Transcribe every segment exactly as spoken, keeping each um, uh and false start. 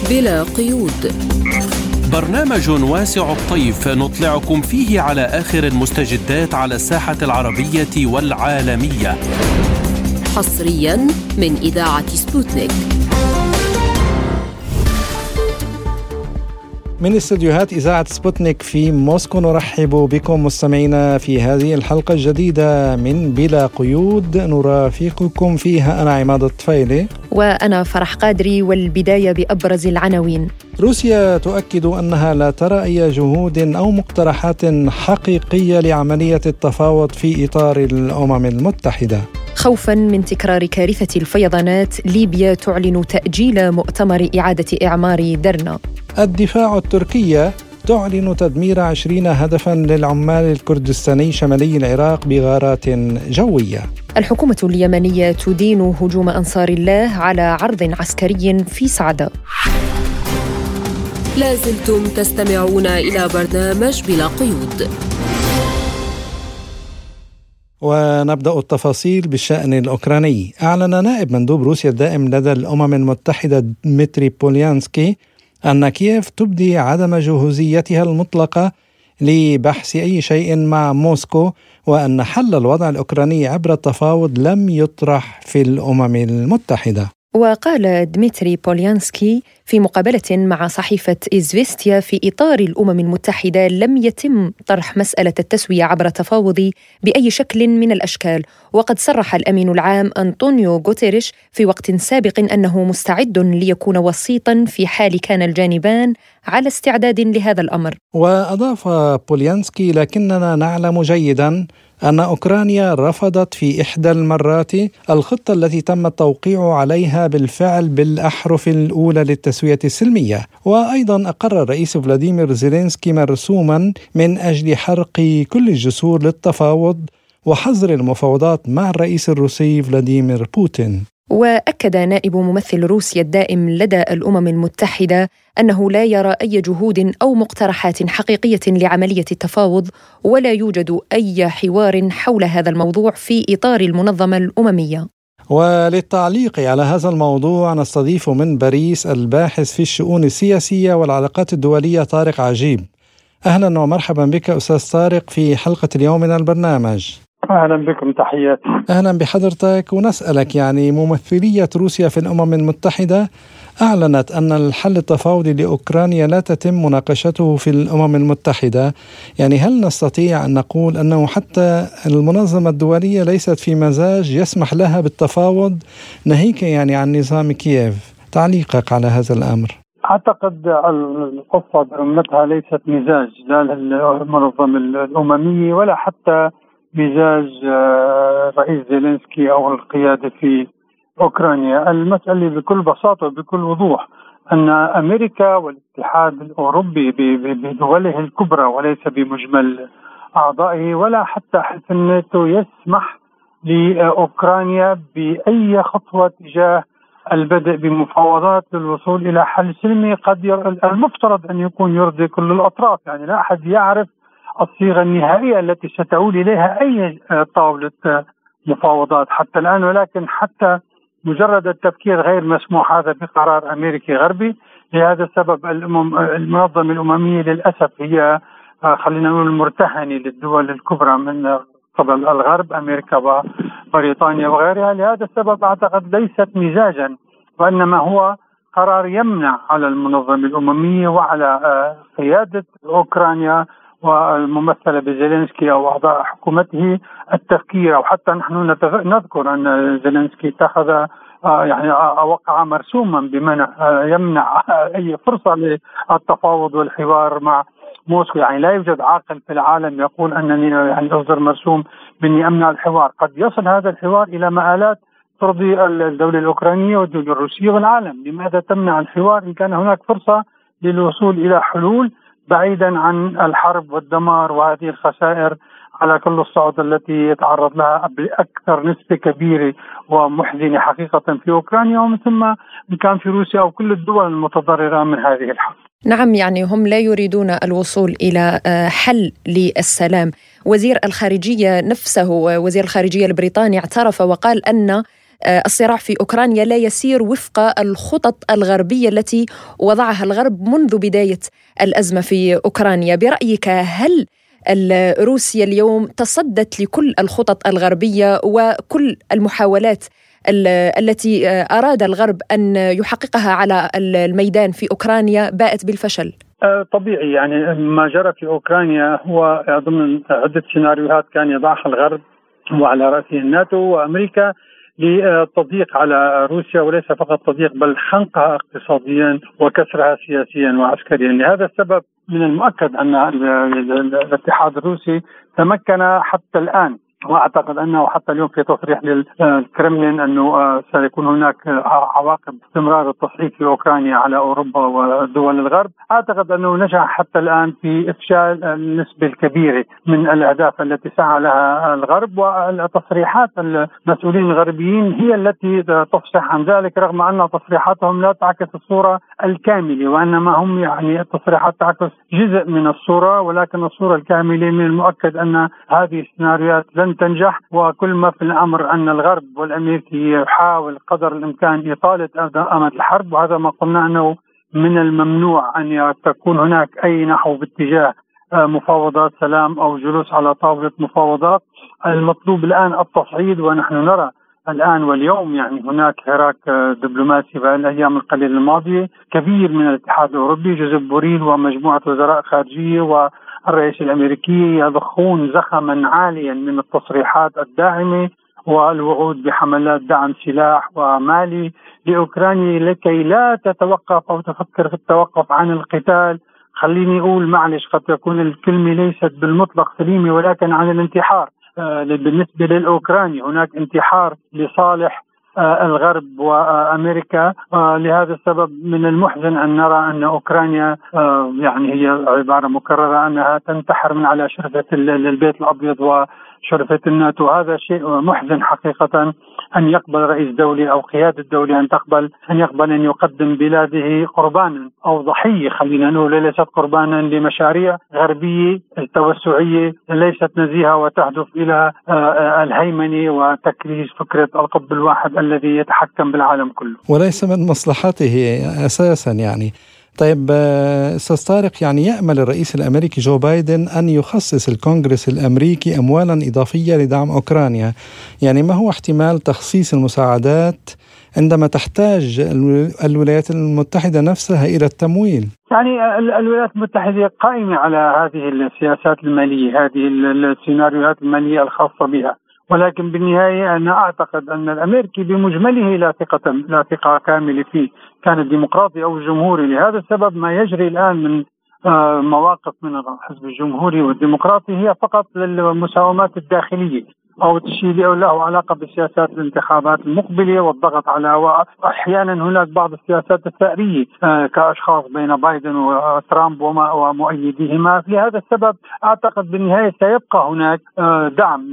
بلا قيود، برنامج واسع الطيف نطلعكم فيه على آخر المستجدات على الساحة العربية والعالمية، حصريا من إذاعة سبوتنيك. من استديوهات إذاعة سبوتنيك في موسكو نرحب بكم مستمعينا في هذه الحلقة الجديدة من بلا قيود، نرافقكم فيها أنا عماد الطفيلي وأنا فرح قادري. والبداية بأبرز العناوين. روسيا تؤكد أنها لا ترى أي جهود أو مقترحات حقيقية لعملية التفاوض في إطار الأمم المتحدة. خوفاً من تكرار كارثة الفيضانات، ليبيا تعلن تأجيل مؤتمر إعادة إعمار درنا. الدفاع التركية تعلن تدمير عشرين هدفاً للعمال الكردستاني شمالي العراق بغارات جوية. الحكومة اليمنية تدين هجوم أنصار الله على عرض عسكري في صعدة. لازلتم تستمعون إلى برنامج بلا قيود. ونبدأ التفاصيل بالشأن الأوكراني. أعلن نائب مندوب روسيا الدائم لدى الأمم المتحدة ديمتري بوليانسكي أن كييف تبدي عدم جهوزيتها المطلقة لبحث أي شيء مع موسكو، وأن حل الوضع الأوكراني عبر التفاوض لم يطرح في الأمم المتحدة. وقال ديمتري بوليانسكي في مقابلة مع صحيفة إزفيستيا في إطار الأمم المتحدة لم يتم طرح مسألة التسوية عبر تفاوض بأي شكل من الأشكال. وقد صرح الأمين العام أنطونيو غوتيريش في وقت سابق أنه مستعد ليكون وسيطاً في حال كان الجانبان على استعداد لهذا الأمر. وأضاف بوليانسكي: لكننا نعلم جيداً أن أوكرانيا رفضت في إحدى المرات الخطة التي تم التوقيع عليها بالفعل بالأحرف الأولى للتسوية السلمية. وأيضا أقر الرئيس فلاديمير زيلينسكي مرسوما من أجل حرق كل الجسور للتفاوض وحظر المفاوضات مع الرئيس الروسي فلاديمير بوتين. وأكد نائب ممثل روسيا الدائم لدى الأمم المتحدة أنه لا يرى أي جهود أو مقترحات حقيقية لعملية التفاوض، ولا يوجد أي حوار حول هذا الموضوع في إطار المنظمة الأممية. وللتعليق على هذا الموضوع نستضيف من باريس الباحث في الشؤون السياسية والعلاقات الدولية طارق عجيب. أهلا ومرحبا بك أستاذ طارق في حلقة اليوم من البرنامج. أهلا بكم، تحياتي. أهلا بحضرتك. ونسألك يعني ممثلية روسيا في الأمم المتحدة أعلنت أن الحل التفاوضي لأوكرانيا لا تتم مناقشته في الأمم المتحدة. يعني هل نستطيع أن نقول أنه حتى المنظمة الدولية ليست في مزاج يسمح لها بالتفاوض ناهيك يعني عن نظام كييف؟ تعليقك على هذا الأمر. أعتقد القصة برمتها ليست مزاج لا للمنظمة الأممية ولا حتى مزاج رئيس زيلينسكي أو القيادة في أوكرانيا. المسألة بكل بساطة وبكل وضوح أن أمريكا والاتحاد الأوروبي بدوله الكبرى وليس بمجمل أعضائه ولا حتى حلف الناتو يسمح لأوكرانيا بأي خطوة تجاه البدء بمفاوضات للوصول إلى حل سلمي قد المفترض أن يكون يرضي كل الأطراف. يعني لا أحد يعرف الصيغة النهائية التي ستؤول إليها أي طاولة مفاوضات حتى الآن، ولكن حتى مجرد التفكير غير مسموح، هذا بقرار أمريكي غربي. لهذا السبب المنظمة الأممية للأسف هي خلينا نقول مرتهنة للدول الكبرى من قبل الغرب، أمريكا وبريطانيا وغيرها. لهذا السبب أعتقد ليست مزاجا، وإنما هو قرار يمنع على المنظمة الأممية وعلى قيادة أوكرانيا والممثلة بزيلينسكي أو أعضاء حكومته التفكير. أو حتى نحن نذكر أن زيلينسكي اتخذ يعني وقع مرسوما بمنع يمنع أي فرصة للتفاوض والحوار مع موسكو. يعني لا يوجد عاقل في العالم يقول أنني يعني أصدر مرسوم بأني أمنع الحوار. قد يصل هذا الحوار إلى مآلات ترضي الدولة الأوكرانية والدولة الروسية والعالم. لماذا تمنع الحوار إن كان هناك فرصة للوصول إلى حلول بعيدا عن الحرب والدمار وهذه الخسائر على كل الصعود التي يتعرض لها بأكثر نسبة كبيرة ومحزنة حقيقة في أوكرانيا ومن ثم كان في روسيا أو كل الدول المتضررة من هذه الحرب. نعم، يعني هم لا يريدون الوصول إلى حل للسلام. وزير الخارجية نفسه، وزير الخارجية البريطاني، اعترف وقال أن الصراع في أوكرانيا لا يسير وفق الخطط الغربية التي وضعها الغرب منذ بداية الأزمة في أوكرانيا. برأيك هل روسيا اليوم تصدت لكل الخطط الغربية وكل المحاولات التي أراد الغرب أن يحققها على الميدان في أوكرانيا باءت بالفشل؟ طبيعي، يعني ما جرى في أوكرانيا هو ضمن عدة سيناريوهات كان يضعها الغرب وعلى رأسه الناتو وأمريكا للتضييق على روسيا، وليس فقط تضييق بل خنقها اقتصاديا وكسرها سياسيا وعسكريا. لهذا السبب من المؤكد أن الاتحاد الروسي تمكن حتى الآن، واعتقد انه حتى اليوم في تصريح للكرملين انه سيكون هناك عواقب استمرار التصعيد في اوكرانيا على اوروبا ودول الغرب. اعتقد انه نجح حتى الان في افشال النسبه الكبيره من الاهداف التي سعى لها الغرب، والتصريحات المسؤولين الغربيين هي التي تفصح عن ذلك، رغم ان تصريحاتهم لا تعكس الصوره الكامله، وانما هم يعني التصريحات تعكس جزء من الصوره، ولكن الصوره الكامله من المؤكد ان هذه السيناريوهات لن تنجح. وكل ما في الأمر أن الغرب والأمريكي يحاول قدر الإمكان إطالة أمد الحرب، وهذا ما قلنا أنه من الممنوع أن تكون هناك أي نحو باتجاه مفاوضات سلام أو جلوس على طاولة مفاوضات. المطلوب الآن التصعيد، ونحن نرى الآن واليوم يعني هناك حراك دبلوماسي في الأيام القليلة الماضية كبير من الاتحاد الأوروبي، جوزيف بوريل ومجموعة وزراء خارجية والرئيس الأمريكي يضخون زخما عاليا من التصريحات الداعمة والوعود بحملات دعم سلاح ومالي لأوكرانيا لكي لا تتوقف أو تفكر في التوقف عن القتال. خليني أقول معلش، قد تكون الكلمة ليست بالمطلق سليمة، ولكن عن الانتحار. بالنسبة للأوكراني هناك انتحار لصالح الغرب وأمريكا. لهذا السبب من المحزن أن نرى أن أوكرانيا يعني هي عبارة مكررة أنها تنتحر من على شرفة البيت الأبيض وشرفة الناتو. هذا شيء محزن حقيقة، أن يقبل رئيس دولة أو قيادة دولة أن تقبل أن يقبل أن يقدم بلاده قربانا أو ضحية، خلينا نقول ليست قربانا لمشاريع غربية توسعية ليست نزيهة وتهدف إلى الهيمنة وتكريس فكرة القطب الواحد الذي يتحكم بالعالم كله، وليس من مصلحته أساسا. يعني طيب أستاذ طارق، يعني يأمل الرئيس الأمريكي جو بايدن أن يخصص الكونغرس الأمريكي أموالا إضافية لدعم أوكرانيا. يعني ما هو احتمال تخصيص المساعدات عندما تحتاج الولايات المتحدة نفسها إلى التمويل؟ يعني الولايات المتحدة قائمة على هذه السياسات المالية، هذه السيناريوهات المالية الخاصة بها، ولكن بالنهاية أنا أعتقد أن الأمريكي بمجمله لا ثقة لا ثقة كاملة فيه، كان الديمقراطي أو الجمهوري. لهذا السبب ما يجري الآن من مواقف من الحزب الجمهوري والديمقراطي هي فقط للمساومات الداخلية أو الشيء له علاقة بسياسات الانتخابات المقبلة والضغط على، وأحيانا هناك بعض السياسات الثأرية كأشخاص بين بايدن وترامب وما ومؤيديهما. لهذا السبب أعتقد بالنهاية سيبقى هناك دعم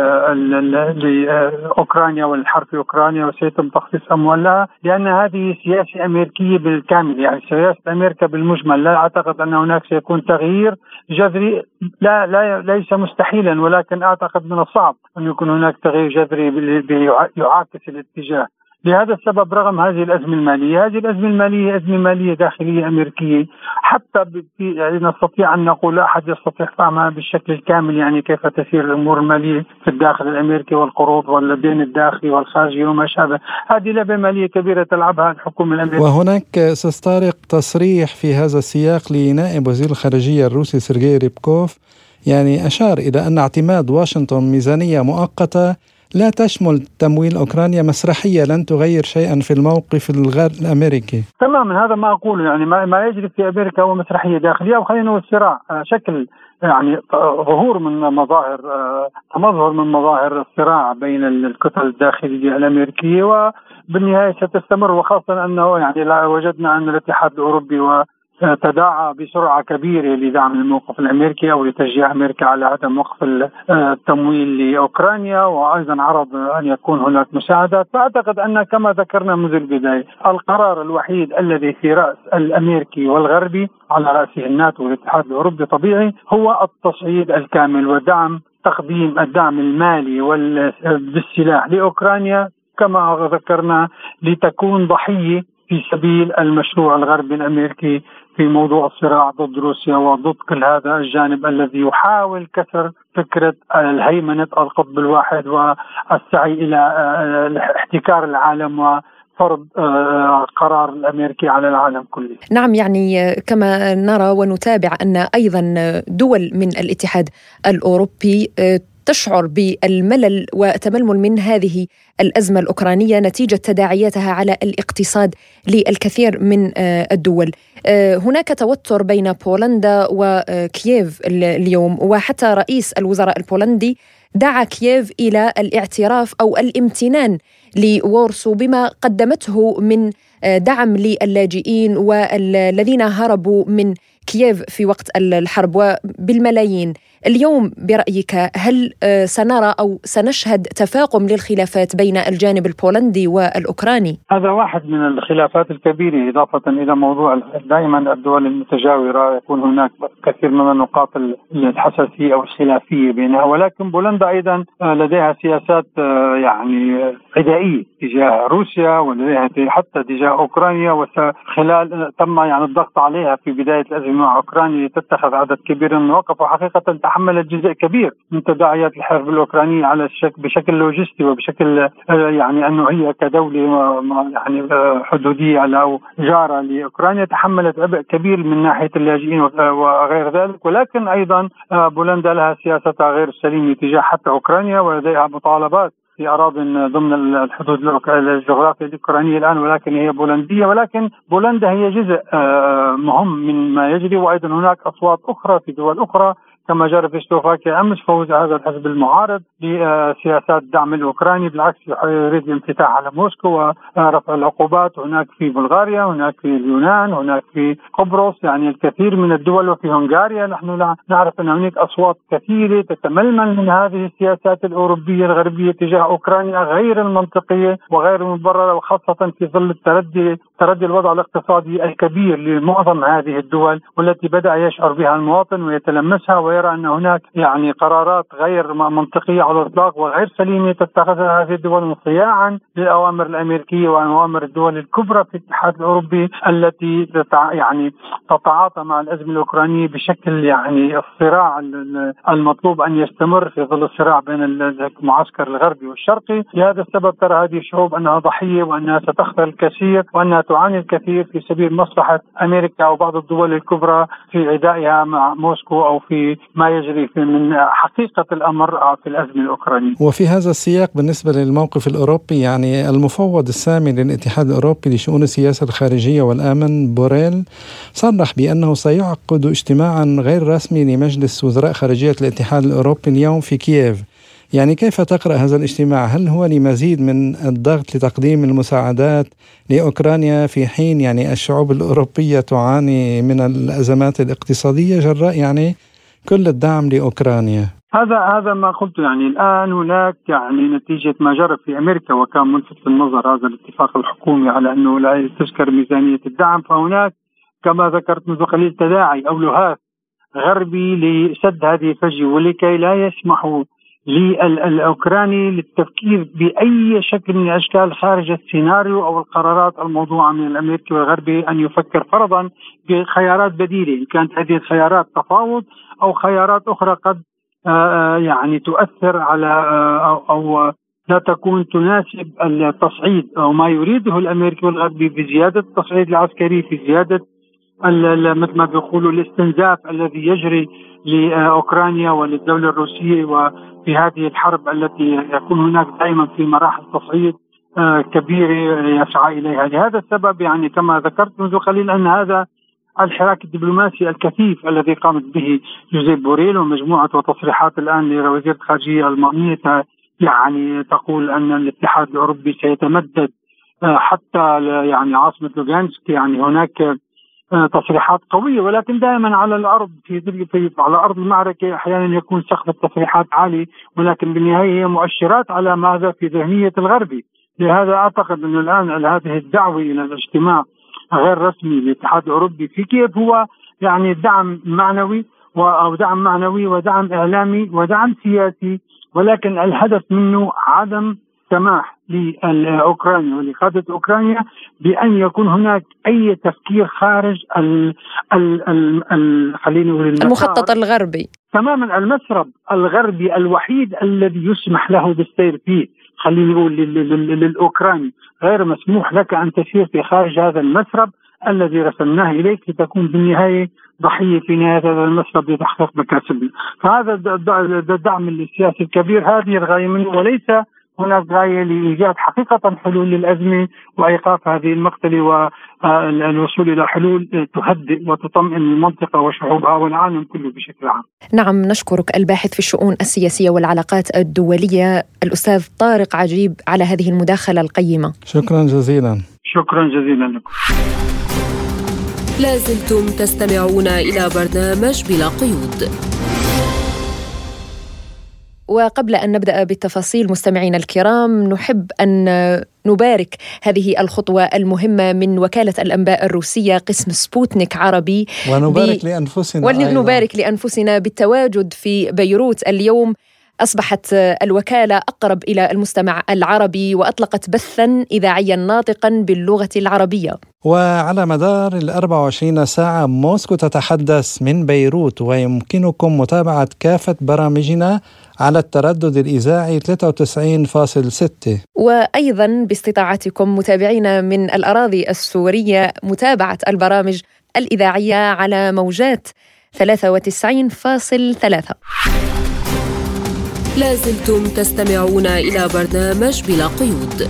لأوكرانيا والحرب في أوكرانيا، وسيتم تخصيص أموال لها، لأن هذه سياسة أمريكية بالكامل، يعني سياسة أمريكا بالمجمل. لا أعتقد أن هناك سيكون تغيير جذري، لا, لا ليس مستحيلا، ولكن أعتقد من الصعب أن يكون هناك تغيير جذري يعاكس الاتجاه. لهذا السبب رغم هذه الأزمة المالية، هذه الأزمة المالية أزمة مالية داخلية أمريكية، حتى يعني نستطيع أن نقول لا أحد يستطيع فهمها بالشكل الكامل، يعني كيف تسير الأمور المالية في الداخل الأمريكي والقروض والدين الداخلي والخارجي وما شابه. هذه لعبة مالية كبيرة تلعبها الحكومة الأمريكية. وهناك أستاذ طارق تصريح في هذا السياق لنائب وزير الخارجية الروسي سيرجي ريبكوف، يعني أشار إلى أن اعتماد واشنطن ميزانية مؤقتة لا تشمل تمويل أوكرانيا مسرحية لن تغير شيئا في الموقف الأمريكي. تماما، هذا ما أقوله. يعني ما يجري في أمريكا هو مسرحية داخلية، أو خلينا نقول صراع، شكل يعني ظهور من مظاهر تمظهر من مظاهر الصراع بين الكتل الداخلية الأمريكية، وبالنهاية ستستمر، وخاصة أنه يعني لا وجدنا أن الاتحاد الأوروبي و تداعى بسرعة كبيرة لدعم الموقف الأمريكي أو لتشجيع أمريكا على عدم وقف التمويل لأوكرانيا، وأيضا عرض أن يكون هناك مساعدات. فأعتقد أن كما ذكرنا منذ البداية القرار الوحيد الذي في رأس الأمريكي والغربي على رأسه الناتو والاتحاد الأوروبي طبيعي هو التصعيد الكامل ودعم تقديم الدعم المالي بالسلاح لأوكرانيا كما ذكرنا لتكون ضحية في سبيل المشروع الغربي الأمريكي في موضوع الصراع ضد روسيا وضد كل هذا الجانب الذي يحاول كسر فكرة الهيمنة القطب الواحد والسعي إلى احتكار العالم وفرض قرار الأمريكي على العالم كله. نعم، يعني كما نرى ونتابع أن أيضا دول من الاتحاد الأوروبي تشعر بالملل وتململ من هذه الأزمة الأوكرانية نتيجة تداعياتها على الاقتصاد للكثير من الدول. هناك توتر بين بولندا وكييف اليوم، وحتى رئيس الوزراء البولندي دعا كييف إلى الاعتراف أو الامتنان لوارسو بما قدمته من دعم للاجئين والذين هربوا من كييف في وقت الحرب وبالملايين. اليوم برأيك هل سنرى أو سنشهد تفاقم للخلافات بين الجانب البولندي والأوكراني؟ هذا واحد من الخلافات الكبيرة، إضافة إلى موضوع دائما الدول المتجاورة يكون هناك كثير من النقاط الحساسية أو الخلافية بينها، ولكن بولندا أيضا لديها سياسات يعني عدائية تجاه روسيا ولديها حتى تجاه أوكرانيا، وخلال تم يعني الضغط عليها في بداية الأزمة مع أوكرانيا تتخذ عدد كبير من المواقف، وحقيقة تحملت جزء كبير من تداعيات الحرب الأوكرانية على الشك بشكل لوجستي وبشكل يعني أنه هي كدولة يعني حدودية أو جارة لأوكرانيا تحملت عبء كبير من ناحية اللاجئين وغير ذلك. ولكن أيضا بولندا لها سياستها غير سليمة تجاه حتى أوكرانيا، ولديها مطالبات في أراضٍ ضمن الحدود الجغرافية الأوكرانية الآن، ولكن هي بولندية. ولكن بولندا هي جزء مهم من ما يجري، وأيضا هناك أصوات أخرى في دول أخرى كما جرى في سلوفاكيا أمس فوز هذا الحزب المعارض لسياسات دعم الأوكراني، بالعكس يريد الانفتاح على موسكو ورفع العقوبات. هناك في بلغاريا، هناك في اليونان، هناك في قبرص، يعني الكثير من الدول، وفي هنغاريا. نحن نعرف أن هناك أصوات كثيرة تتململ من هذه السياسات الأوروبية الغربية تجاه أوكرانيا غير المنطقية وغير المبررة، وخاصة في ظل التردي تردي الوضع الاقتصادي الكبير لمعظم هذه الدول، والتي بدأ يشعر بها المواطن ويتلمسها ويرى أن هناك يعني قرارات غير منطقية على الإطلاق وغير سليمة تتخذها هذه الدول صياعا للأوامر الأمريكية وأوامر الدول الكبرى في الاتحاد الأوروبي التي تتع... يعني تتعاطى مع الأزمة الأوكرانية بشكل يعني الصراع المطلوب أن يستمر في ظل الصراع بين المعسكر الغربي والشرقي. لهذا السبب ترى هذه الشعوب أنها ضحية وأنها ستخسر الكثير وأنها تعاني الكثير في سبيل مصلحة أمريكا أو بعض الدول الكبرى في عدائها مع موسكو أو في ما يجري في من حقيقة الأمر في الأزمة الأوكرانية. وفي هذا السياق بالنسبة للموقف الأوروبي، يعني المفوض السامي للاتحاد الأوروبي لشؤون السياسة الخارجية والأمن بوريل صرح بأنه سيعقد اجتماعا غير رسمي لمجلس وزراء خارجية الاتحاد الأوروبي اليوم في كييف. يعني كيف تقرأ هذا الاجتماع؟ هل هو لمزيد من الضغط لتقديم المساعدات لأوكرانيا في حين يعني الشعوب الأوروبية تعاني من الأزمات الاقتصادية جراء يعني كل الدعم لأوكرانيا؟ هذا هذا ما قلت. يعني الآن هناك يعني نتيجة ما جرى في أمريكا وكان ملفت للنظر هذا الاتفاق الحكومي على أنه لا تذكر ميزانية الدعم، فهناك كما ذكرت منذ قليل تداعي أو لهاف غربي لسد هذه الفجوة ولكي لا يسمحوا للأوكراني للتفكير بأي شكل من الأشكال خارج السيناريو أو القرارات الموضوعة من الأمريكي والغربي، أن يفكر فرضا بخيارات بديلة إن كانت هذه الخيارات تفاوض أو خيارات أخرى قد يعني تؤثر على أو, أو لا تكون تناسب التصعيد أو ما يريده الأمريكي والغربي بزيادة التصعيد العسكري، في زيادة مثل ما بيقولوا الاستنزاف الذي يجري لأوكرانيا وللدولة الروسية وفي هذه الحرب التي يكون هناك دائما في مراحل تصعيد كبيرة يسعى إليها. لهذا السبب يعني كما ذكرت منذ قليل أن هذا الحراك الدبلوماسي الكثيف الذي قامت به جوزيب بوريل ومجموعة وتصريحات الآن لوزير الخارجية الألمانية يعني تقول أن الاتحاد الأوروبي سيتمدد حتى يعني عاصمة لوغانسك. يعني هناك تصريحات قوية، ولكن دائما على الأرض في, في على أرض المعركة أحيانا يكون سقف التصريحات عالي، ولكن بالنهاية هي مؤشرات على ماذا في ذهنية الغربي. لهذا أعتقد أن الآن هذه الدعوة إلى الاجتماع غير رسمي للاتحاد الأوروبي في كييف هو يعني دعم معنوي أو دعم معنوي ودعم إعلامي ودعم سياسي، ولكن الهدف منه عدم السماح لأوكرانيا ولقادة أوكرانيا بأن يكون هناك أي تفكير خارج ال ال ال ال خلينا نقول المخطط الغربي تماما. المسرب الغربي الوحيد الذي يسمح له بالسير فيه، خلينا نقول للأوكراني، غير مسموح لك أن تسير في خارج هذا المسرب الذي رسمناه إليك لتكون بالنهاية ضحية في نهاية هذا المسرب لتحقيق مكاسبنا. فهذا الدعم السياسي الكبير هذه الغاية منه، وليس هناك غاية لإيجاد حقيقة حلول للأزمة وإيقاف هذه المقتلة والوصول إلى حلول تهدئ وتطمئن المنطقة وشعوبها والعالم كله بشكل عام. نعم، نشكرك الباحث في الشؤون السياسية والعلاقات الدولية الأستاذ طارق عجيب على هذه المداخلة القيمة. شكرا جزيلا. شكرا جزيلا لكم. لازلتم تستمعون إلى برنامج بلا قيود. وقبل أن نبدأ بالتفاصيل مستمعينا الكرام، نحب أن نبارك هذه الخطوة المهمة من وكالة الأنباء الروسية قسم سبوتنيك عربي، ونبارك لأنفسنا ونبارك لأنفسنا بالتواجد في بيروت اليوم. أصبحت الوكالة أقرب إلى المستمع العربي وأطلقت بثاً إذاعياً ناطقاً باللغة العربية. وعلى مدار الأربع وعشرين ساعة موسكو تتحدث من بيروت، ويمكنكم متابعة كافة برامجنا على التردد الإذاعي ثلاثة وتسعين فاصلة ستة. وأيضاً باستطاعتكم متابعينا من الأراضي السورية متابعة البرامج الإذاعية على موجات ثلاثة وتسعين فاصلة ثلاثة. لازلتم تستمعون إلى برنامج بلا قيود.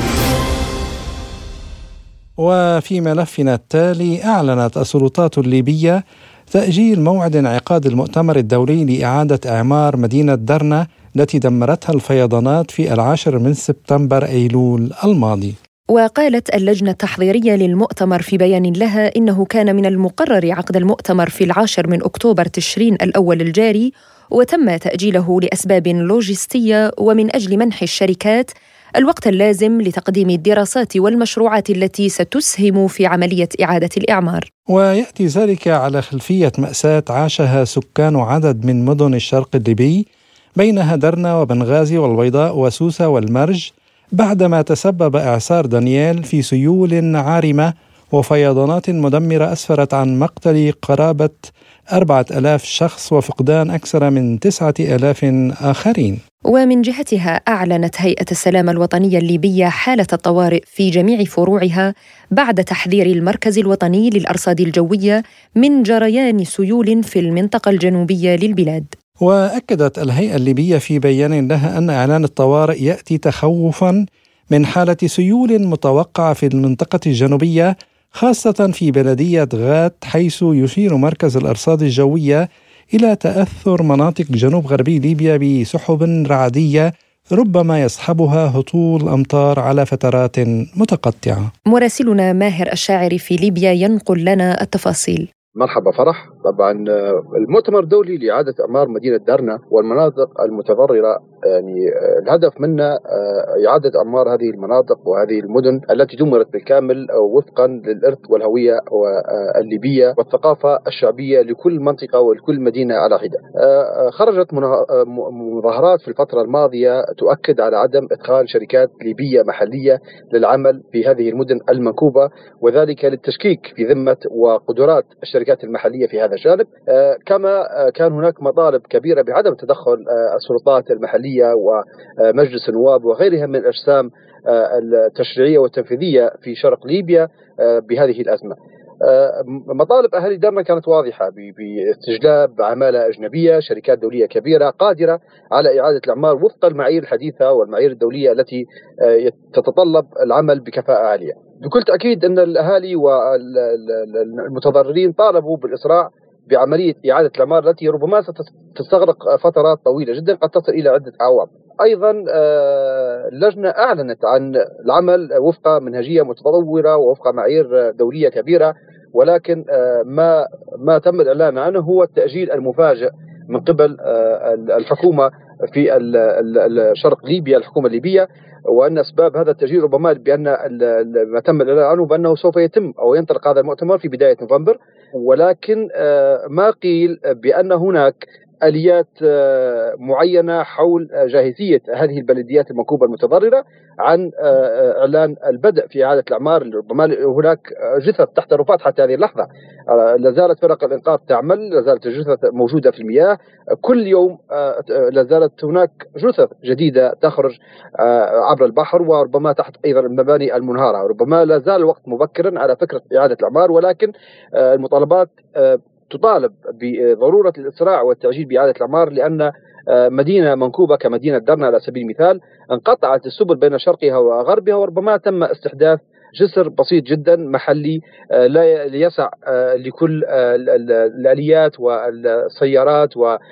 وفي ملفنا التالي، أعلنت السلطات الليبية تأجيل موعد انعقاد المؤتمر الدولي لإعادة إعمار مدينة درنا التي دمرتها الفيضانات في العاشر من سبتمبر أيلول الماضي. وقالت اللجنة التحضيرية للمؤتمر في بيان لها إنه كان من المقرر عقد المؤتمر في العاشر من أكتوبر تشرين الأول الجاري، وتم تأجيله لأسباب لوجستية ومن أجل منح الشركات الوقت اللازم لتقديم الدراسات والمشروعات التي ستسهم في عملية إعادة الإعمار. ويأتي ذلك على خلفية مأساة عاشها سكان عدد من مدن الشرق الليبي بينها درنا وبنغازي والبيضاء وسوسة والمرج، بعدما تسبب إعصار دانيال في سيول عارمة وفيضانات مدمرة أسفرت عن مقتل قرابة أربعة آلاف شخص وفقدان أكثر من تسعة آلاف آخرين. ومن جهتها أعلنت هيئة السلامة الوطنية الليبية حالة الطوارئ في جميع فروعها بعد تحذير المركز الوطني للأرصاد الجوية من جريان سيول في المنطقة الجنوبية للبلاد. وأكدت الهيئة الليبية في بيان لها أن إعلان الطوارئ يأتي تخوفاً من حالة سيول متوقعة في المنطقة الجنوبية، خاصة في بلدية غات، حيث يشير مركز الأرصاد الجوية إلى تأثر مناطق جنوب غربي ليبيا بسحب رعدية ربما يصحبها هطول أمطار على فترات متقطعة. مراسلنا ماهر الشاعري في ليبيا ينقل لنا التفاصيل. مرحبا فرح. طبعا المؤتمر الدولي لإعادة إعمار مدينة درنا والمناطق المتضررة، يعني الهدف منه إعادة إعمار هذه المناطق وهذه المدن التي دمرت بالكامل وفقا للإرث والهوية الليبية والثقافة الشعبية لكل منطقة ولكل مدينة على حدة. خرجت مظاهرات في الفترة الماضية تؤكد على عدم إدخال شركات ليبية محلية للعمل في هذه المدن المنكوبة، وذلك للتشكيك في ذمة وقدرات الشركات المحلية في هذا الجانب. كما كان هناك مطالب كبيرة بعدم تدخل السلطات المحلية ومجلس النواب وغيرها من الأجسام التشريعية والتنفيذية في شرق ليبيا بهذه الأزمة. مطالب أهالي درنا كانت واضحة باستجلاب عمالة أجنبية، شركات دولية كبيرة قادرة على إعادة الإعمار وفق المعايير الحديثة والمعايير الدولية التي تتطلب العمل بكفاءة عالية. بكل تأكيد أن الأهالي والمتضررين طالبوا بالإسراع بعملية إعادة الإعمار التي ربما ستستغرق فترات طويلة جدا قد تصل إلى عدة أعوام. أيضا اللجنة أعلنت عن العمل وفق منهجية متطورة ووفق معايير دولية كبيرة، ولكن ما ما تم الإعلان عنه هو التأجيل المفاجئ من قبل الحكومة في شرق ليبيا، الحكومة الليبية، وأن أسباب هذا التأجيل ربما بأن ما تم الإعلان عنه بأنه سوف يتم أو ينطلق هذا المؤتمر في بداية نوفمبر، ولكن ما قيل بأن هناك آليات معينة حول جاهزية هذه البلديات المنكوبة المتضررة عن إعلان البدء في إعادة الأعمار. ربما هناك جثث تحت الرفات حتى هذه اللحظة، لازالت فرق الإنقاذ تعمل، لازالت الجثث موجودة في المياه، كل يوم لازالت هناك جثث جديدة تخرج عبر البحر وربما تحت أيضا المباني المنهارة. ربما لازال الوقت مبكرا على فكرة إعادة الأعمار، ولكن المطالبات تطالب بضرورة الإسراع والتعجيل بإعادة الأعمار، لأن مدينة منكوبة كمدينة درنا على سبيل المثال انقطعت السبل بين شرقها وغربها، وربما تم استحداث جسر بسيط جدا محلي لا يسع لكل الآليات والسيارات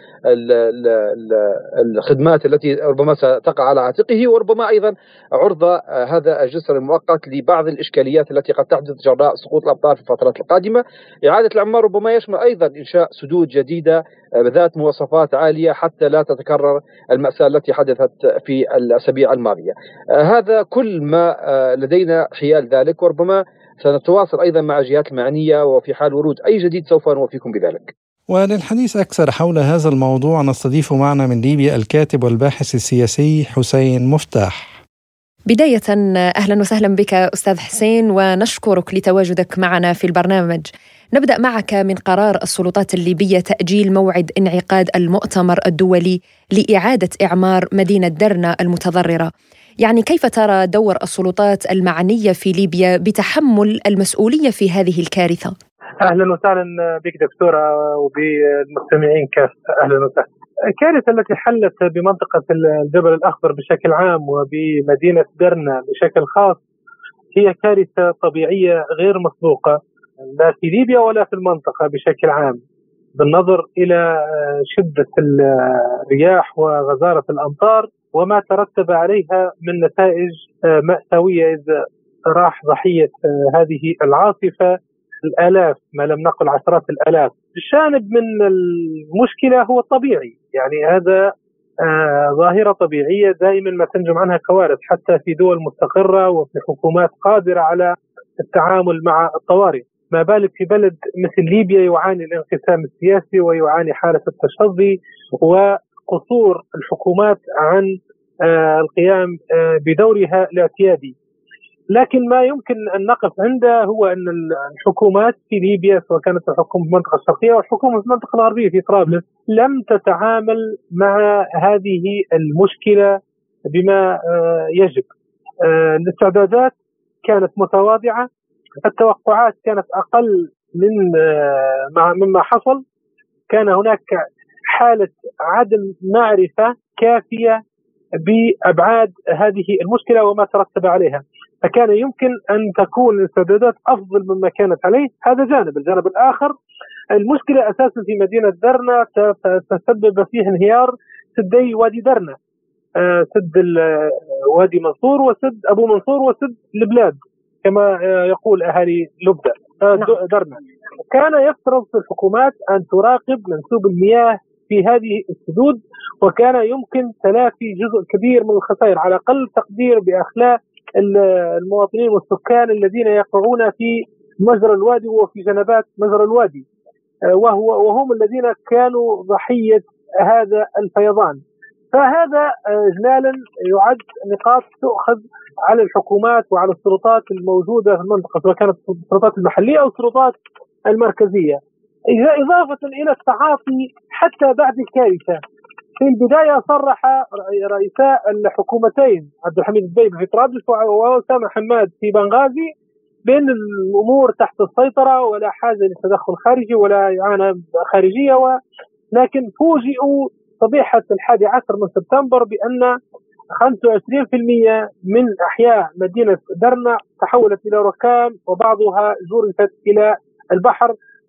والخدمات التي ربما ستقع على عاتقه، وربما أيضا عرضة هذا الجسر المؤقت لبعض الإشكاليات التي قد تحدث جراء سقوط الأمطار في الفترات القادمة. إعادة الأعمار ربما يشمل أيضا إنشاء سدود جديدة ذات مواصفات عالية حتى لا تتكرر المأساة التي حدثت في الأسابيع الماضية. هذا كل ما لدينا حيال ذلك، وربما سنتواصل أيضا مع الجهات المعنية، وفي حال ورود أي جديد سوف نوفيكم بذلك. وللحديث أكثر حول هذا الموضوع نستضيف معنا من ليبيا الكاتب والباحث السياسي حسين مفتاح. بداية أهلا وسهلا بك أستاذ حسين، ونشكرك لتواجدك معنا في البرنامج. نبدأ معك من قرار السلطات الليبية تأجيل موعد انعقاد المؤتمر الدولي لإعادة إعمار مدينة درنا المتضررة. يعني كيف ترى دور السلطات المعنية في ليبيا بتحمل المسؤولية في هذه الكارثة؟ أهلا وسهلا بك دكتورة وبالمستمعين كافة. أهلا وسهلا. الكارثة التي حلت بمنطقة الجبل الأخضر بشكل عام وبمدينة درنا بشكل خاص هي كارثة طبيعية غير مسبوقة لا في ليبيا ولا في المنطقة بشكل عام، بالنظر إلى شدة الرياح وغزارة الأمطار وما ترتب عليها من نتائج مأساوية إذا راح ضحية هذه العاصفة الآلاف ما لم نقل عشرات الآلاف. الجانب من المشكلة هو الطبيعي، يعني هذا آه ظاهرة طبيعية دائما ما تنجم عنها كوارث حتى في دول مستقرة وفي حكومات قادرة على التعامل مع الطوارئ، ما بالك في بلد مثل ليبيا يعاني الانقسام السياسي ويعاني حالة التشظي وقصور الحكومات عن آه القيام آه بدورها الاعتيادي. لكن ما يمكن أن نقف عنده هو أن الحكومات في ليبيا سواء كانت الحكومة في المنطقة الشرقية والحكومة في المنطقة الغربية في طرابلس لم تتعامل مع هذه المشكلة بما يجب. الاستعدادات كانت متواضعة، التوقعات كانت أقل من مما حصل، كان هناك حالة عدم معرفة كافية بأبعاد هذه المشكلة وما ترتب عليها، فكان يمكن أن تكون الاستعدادات أفضل مما كانت عليه. هذا جانب. الجانب الآخر المشكلة أساسا في مدينة درنا تسبب فيه انهيار سدي وادي درنا، سد وادي منصور وسد أبو منصور وسد البلاد كما يقول أهالي لبدة درنا. كان يفترض في الحكومات أن تراقب منسوب المياه في هذه السدود، وكان يمكن تلافي جزء كبير من الخسائر على أقل تقدير بأخلاق المواطنين والسكان الذين يقعون في مجرى الوادي وفي جنبات مجرى الوادي، وهو وهم الذين كانوا ضحية هذا الفيضان. فهذا إجمالا يعد نقاط تؤخذ على الحكومات وعلى السلطات الموجودة في المنطقة سواء كانت السلطات المحلية أو السلطات المركزية، إضافة إلى التعاطي حتى بعد الكارثة. في البداية صرح رئيساء الحكومتين عبد الحميد الدبيبي في طرابلس وأسامة حماد في بنغازي بأن الأمور تحت السيطرة ولا حاجة للتدخل خارجي ولا إعانة خارجية، ولكن فوجئوا صبيحة الحادي عشر من سبتمبر بأن خمسة وعشرين بالمئة من أحياء مدينة درنا تحولت إلى ركام وبعضها جرفت إلى البحر،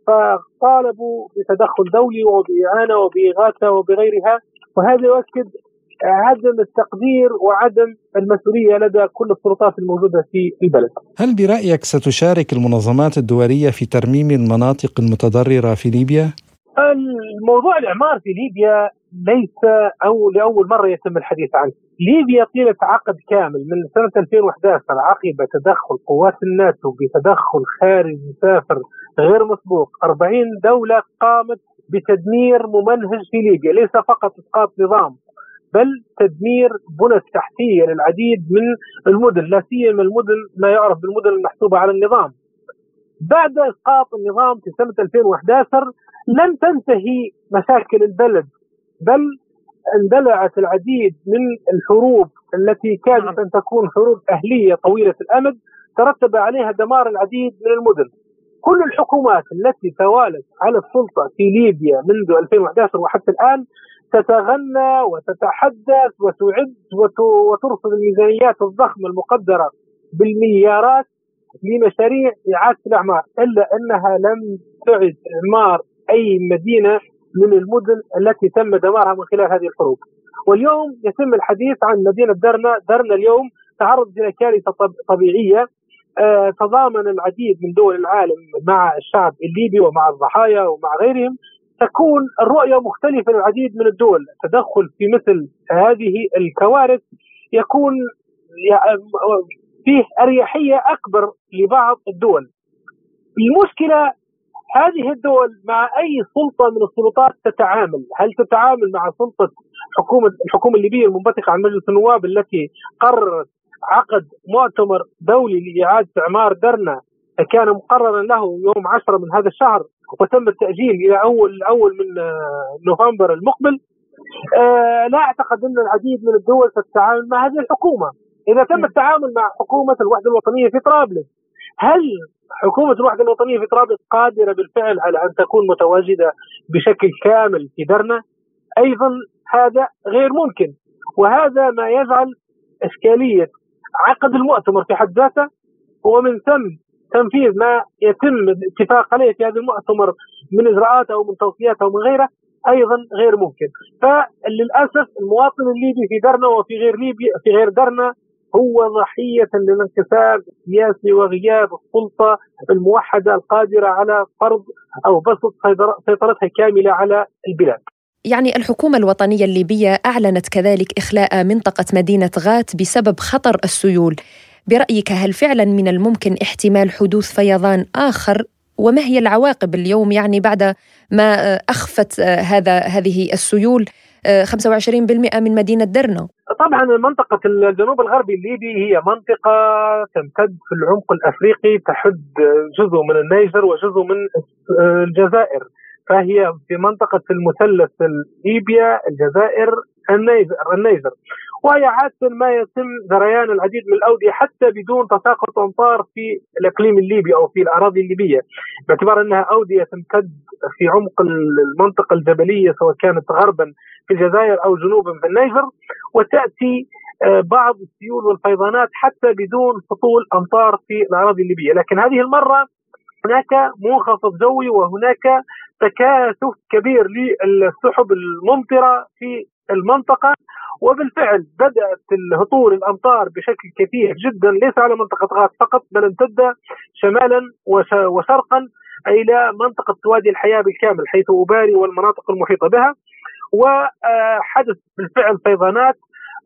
فطالبوا بتدخل دولي وبإعانة وبإغاثة وبغيرها، وهذا يؤكد عدم التقدير وعدم المسؤولية لدى كل السلطات الموجودة في البلد. هل برأيك ستشارك المنظمات الدولية في ترميم المناطق المتضررة في ليبيا؟ الموضوع الإعمار في ليبيا ليس أو لأول مرة يتم الحديث عنه. ليبيا طيلة عقد كامل من سنة ألفين وأحد عشر عقب تدخل قوات الناتو بتدخل خارج مسافر غير مسبوق، أربعين دولة قامت بتدمير ممنهج في ليبيا، ليس فقط إسقاط نظام بل تدمير بنى تحتية للعديد من المدن، لا سيما المدن ما يعرف بالمدن المحسوبة على النظام. بعد إسقاط النظام في سنة ألفين وأحد عشر لم تنتهي مشاكل البلد، بل اندلعت العديد من الحروب التي كانت أن تكون حروب أهلية طويلة الأمد ترتب عليها دمار العديد من المدن. كل الحكومات التي توالت على السلطة في ليبيا منذ ألفين وأحد عشر وحتى الآن تتغنى وتتحدث وتعد وترصد الميزانيات الضخمة المقدرة بالمليارات لمشاريع إعادة الأعمار، إلا أنها لم تعد إعمار أي مدينة من المدن التي تم دمارها من خلال هذه الحروب. واليوم يتم الحديث عن مدينة درنا. درنا اليوم تعرض إلى كارثة طبيعية تضامن العديد من دول العالم مع الشعب الليبي ومع الضحايا ومع غيرهم. تكون الرؤية مختلفة للعديد من الدول. التدخل في مثل هذه الكوارث يكون فيه أريحية أكبر لبعض الدول. المشكلة هذه الدول مع أي سلطة من السلطات تتعامل، هل تتعامل مع سلطة حكومة الحكومة الليبية المنبثقة عن مجلس النواب التي قررت عقد مؤتمر دولي لإعادة إعمار درنا كان مقررا له يوم عشرة من هذا الشهر وتم التأجيل إلى أول أول من نوفمبر المقبل؟ آه لا أعتقد أن العديد من الدول تتعامل مع هذه الحكومة. إذا تم التعامل مع حكومة الوحدة الوطنية في طرابلس، هل حكومة الوحدة الوطنية في طرابلس قادرة بالفعل على أن تكون متواجدة بشكل كامل في درنا؟ أيضا هذا غير ممكن، وهذا ما يجعل إشكالية عقد المؤتمر في حد ذاته ومن ثم تنفيذ ما يتم الاتفاق عليه في هذا المؤتمر من إجراءات أو من توصيات أو من غيره أيضا غير ممكن. فللأسف المواطن الليبي في درنا وفي غير ليبيا في غير درنا هو ضحية للانقسام السياسي وغياب السلطة الموحدة القادرة على فرض أو بسط سيطرتها كاملة على البلاد. يعني الحكومة الوطنية الليبية أعلنت كذلك إخلاء منطقة مدينة غات بسبب خطر السيول. برأيك هل فعلا من الممكن احتمال حدوث فيضان آخر؟ وما هي العواقب اليوم يعني بعد ما أخفت هذا هذه السيول خمسة وعشرين بالمئة من مدينة درنا؟ طبعا منطقة الجنوب الغربي الليبي هي منطقة تمتد في العمق الأفريقي، تحد جزء من النيجر وجزء من الجزائر، فهي في منطقة المثلث ليبيا الجزائر النيجر النيجر وهي عادة ما يتم ذريان العديد من الأودية حتى بدون تساقط أمطار في الإقليم الليبي أو في الأراضي الليبية، باعتبار أنها أودية تمتد في عمق المنطقة الجبلية سواء كانت غربا في الجزائر أو جنوبا في النيجر، وتأتي بعض السيول والفيضانات حتى بدون هطول أمطار في الأراضي الليبية. لكن هذه المرة هناك منخفض جوي وهناك تكاثف كبير للسحب الممطرة في المنطقة، وبالفعل بدأت الهطول الأمطار بشكل كثير جدا ليس على منطقة غات فقط بل امتد شمالا وشرقا إلى منطقة وادي الحياة بالكامل حيث أباري والمناطق المحيطة بها، وحدث بالفعل فيضانات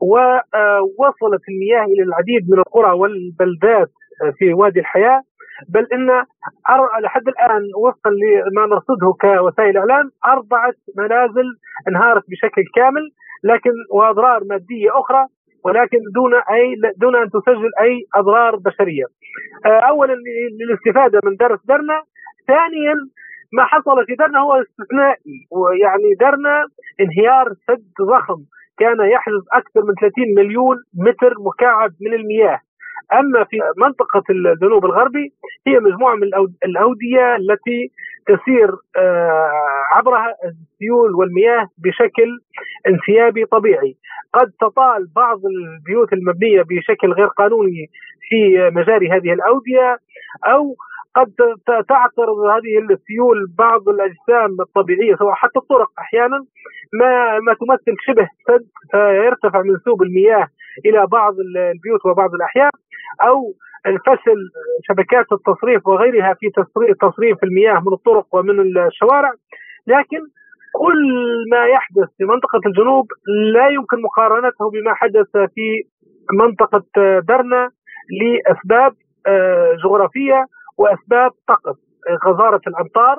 ووصلت المياه إلى العديد من القرى والبلدات في وادي الحياة، بل إن لحد الآن وفقا لما نرصده كوسائل إعلام أربعة منازل انهارت بشكل كامل لكن وأضرار مادية أخرى، ولكن دون أي دون أن تسجل أي أضرار بشرية. أولا للاستفادة من درس درنا، ثانيا ما حصل في درنا هو استثنائي، ويعني درنا انهيار سد ضخم كان يحجز أكثر من ثلاثين مليون متر مكعب من المياه. أما في منطقة الجنوب الغربي هي مجموعة من الأودية التي تسير عبرها السيول والمياه بشكل انسيابي طبيعي، قد تطال بعض البيوت المبنية بشكل غير قانوني في مجاري هذه الأودية، أو قد تعترض هذه السيول بعض الأجسام الطبيعية سواء حتى الطرق أحيانا ما ما تمثل شبه سد فيرتفع منسوب المياه إلى بعض البيوت وبعض الأحياء، أو فشل شبكات التصريف وغيرها في تصريف المياه من الطرق ومن الشوارع. لكن كل ما يحدث في منطقة الجنوب لا يمكن مقارنته بما حدث في منطقة درنا لأسباب جغرافية وأسباب طقس، غزارة الأمطار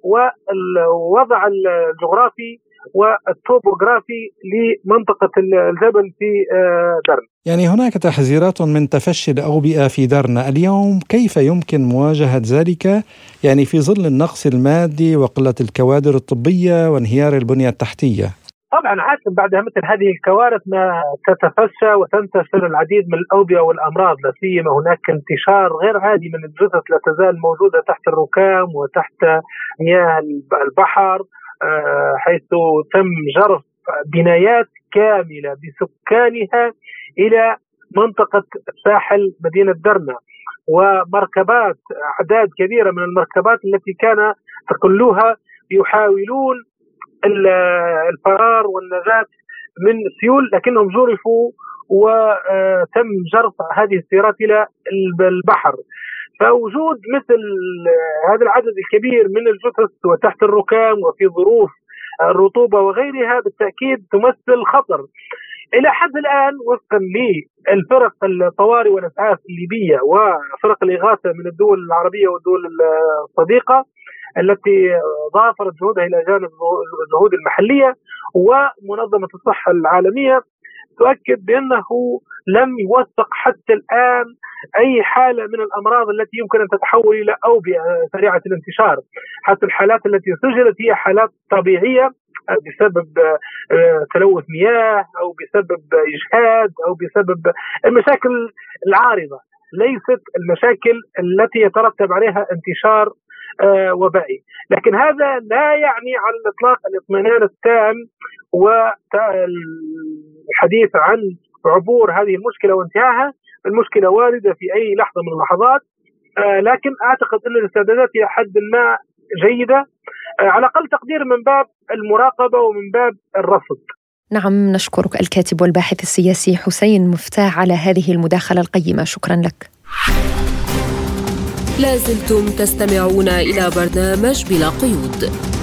والوضع الجغرافي والتوبوغرافي لمنطقة الجبل في درنا. يعني هناك تحذيرات من تفشي الأوبئة في درنا اليوم، كيف يمكن مواجهة ذلك يعني في ظل النقص المادي وقلة الكوادر الطبية وانهيار البنية التحتية؟ طبعا عادة بعد مثل هذه الكوارث ما تتفشى وتنتشر العديد من الأوبئة والأمراض، لا سيما هناك انتشار غير عادي من الجثث لا تزال موجودة تحت الركام وتحت مياه البحر، حيث تم جرف بنايات كاملة بسكانها إلى منطقة ساحل مدينة درنا، ومركبات أعداد كبيرة من المركبات التي كان تقلوها يحاولون الفرار والنجاة من سيول، لكنهم جرفوا وتم جرف هذه السيارات إلى البحر. فوجود مثل هذا العدد الكبير من الجثث وتحت الركام وفي ظروف الرطوبة وغيرها بالتأكيد تمثل خطر. إلى حد الآن وفقا للفرق الطوارئ والإسعاف الليبية وفرق الإغاثة من الدول العربية والدول الصديقة التي ضافرت جهودها إلى جانب الجهود المحلية ومنظمة الصحة العالمية، تؤكد بأنه لم يوثق حتى الآن أي حالة من الأمراض التي يمكن أن تتحول إلى أوبئة سريعة الانتشار. حتى الحالات التي سجلت هي حالات طبيعية بسبب تلوث مياه أو بسبب إجهاد أو بسبب المشاكل العارضة، ليست المشاكل التي يترتب عليها انتشار وبائي. لكن هذا لا يعني على الإطلاق الاطمئنان التام والحديث عن عبور هذه المشكلة وانتهاءها. المشكلة واردة في أي لحظة من اللحظات، لكن أعتقد أن الاستعدادات إلى حد ما جيدة، على أقل تقدير من باب المراقبة ومن باب الرصد. نعم، نشكرك الكاتب والباحث السياسي حسين مفتاح على هذه المداخلة القيمة. شكرا لك. لازلتم تستمعون إلى برنامج بلا قيود.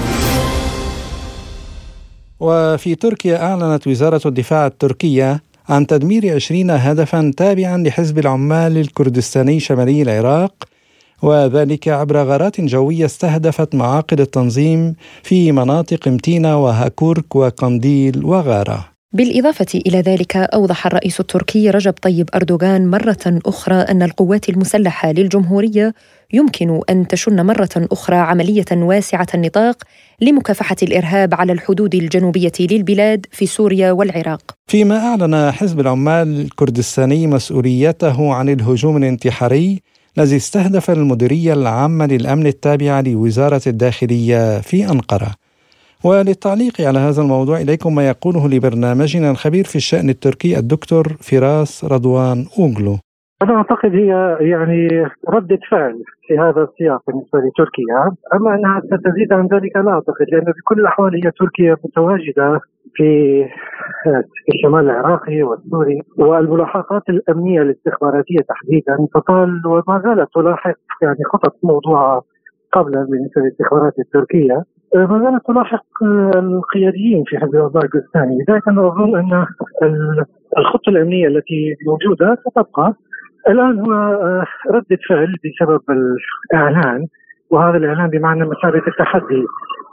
وفي تركيا أعلنت وزارة الدفاع التركية عن تدمير عشرين هدفا تابعا لحزب العمال الكردستاني شمالي العراق، وذلك عبر غارات جوية استهدفت معاقل التنظيم في مناطق متينة وهاكورك وقنديل وغارة. بالإضافة إلى ذلك، أوضح الرئيس التركي رجب طيب أردوغان مرة أخرى أن القوات المسلحة للجمهورية يمكن أن تشن مرة أخرى عملية واسعة النطاق لمكافحة الإرهاب على الحدود الجنوبية للبلاد في سوريا والعراق. فيما أعلن حزب العمال الكردستاني مسؤوليته عن الهجوم الانتحاري الذي استهدف المديرية العامة للأمن التابعة لوزارة الداخلية في أنقرة. وللتعليق على هذا الموضوع إليكم ما يقوله لبرنامجنا الخبير في الشأن التركي الدكتور فراس رضوان أوغلو. أنا أعتقد هي يعني ردة فعل في هذا السياق بالنسبة لتركيا، أما أنها ستزيد عن ذلك لا أعتقد، لأن بكل الأحوال هي تركيا متواجدة في الشمال العراقي والسوري، والملاحقات الأمنية الاستخباراتية تحديدا تطال وما زالت تلاحق يعني خطط موضوعة قبلا بالنسبة للاستخبارات التركية، ما زالت تلاحق القياديين في حزب العمال الكردستاني. لذلك أنا أظن أن الخطة الأمنية التي موجودة ستبقى. الآن هو ردة فعل بسبب الإعلان، وهذا الإعلان بمعنى مثابة التحدي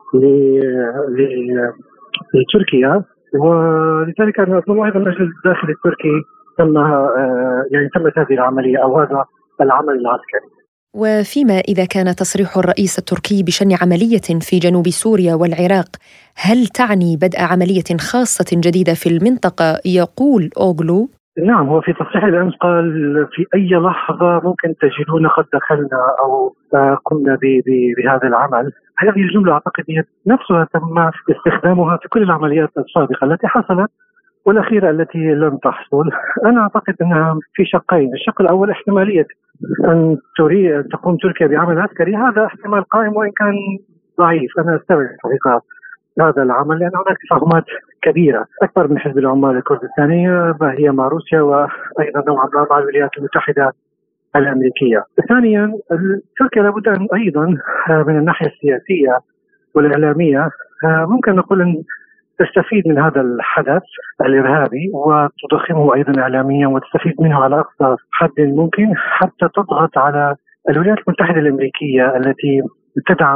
لتركيا، ولذلك أنا أظن أيضا المجلس الداخلي التركي تم يعني تمت هذه العملية أو هذا العمل العسكري. وفيما إذا كان تصريح الرئيس التركي بشن عملية في جنوب سوريا والعراق، هل تعني بدء عملية خاصة جديدة في المنطقة يقول أوغلو؟ نعم، هو في تصريح الأمس قال في أي لحظة ممكن تجدون قد دخلنا أو قمنا بهذا العمل. هذه الجملة أعتقد هي نفسها تم استخدامها في كل العمليات السابقة التي حصلت والأخيرة التي لم تحصل. أنا أعتقد أنها في شقين. الشق الأول احتمالية أن تريد أن تقوم تركيا بعمل عسكري، هذا احتمال قائم وإن كان ضعيف. أنا أستبعد حقيقة هذا العمل لأن هناك تفاهمات كبيرة أكبر من حزب العمال الكردستانية هي مع روسيا وأيضا نوعا ما مع الولايات المتحدة الأمريكية. ثانيا، تركيا لابد أن أيضا من الناحية السياسية والإعلامية ممكن نقول أن تستفيد من هذا الحدث الإرهابي وتضخمه أيضا إعلاميا وتستفيد منه على أقصى حد ممكن حتى تضغط على الولايات المتحدة الأمريكية التي تدعم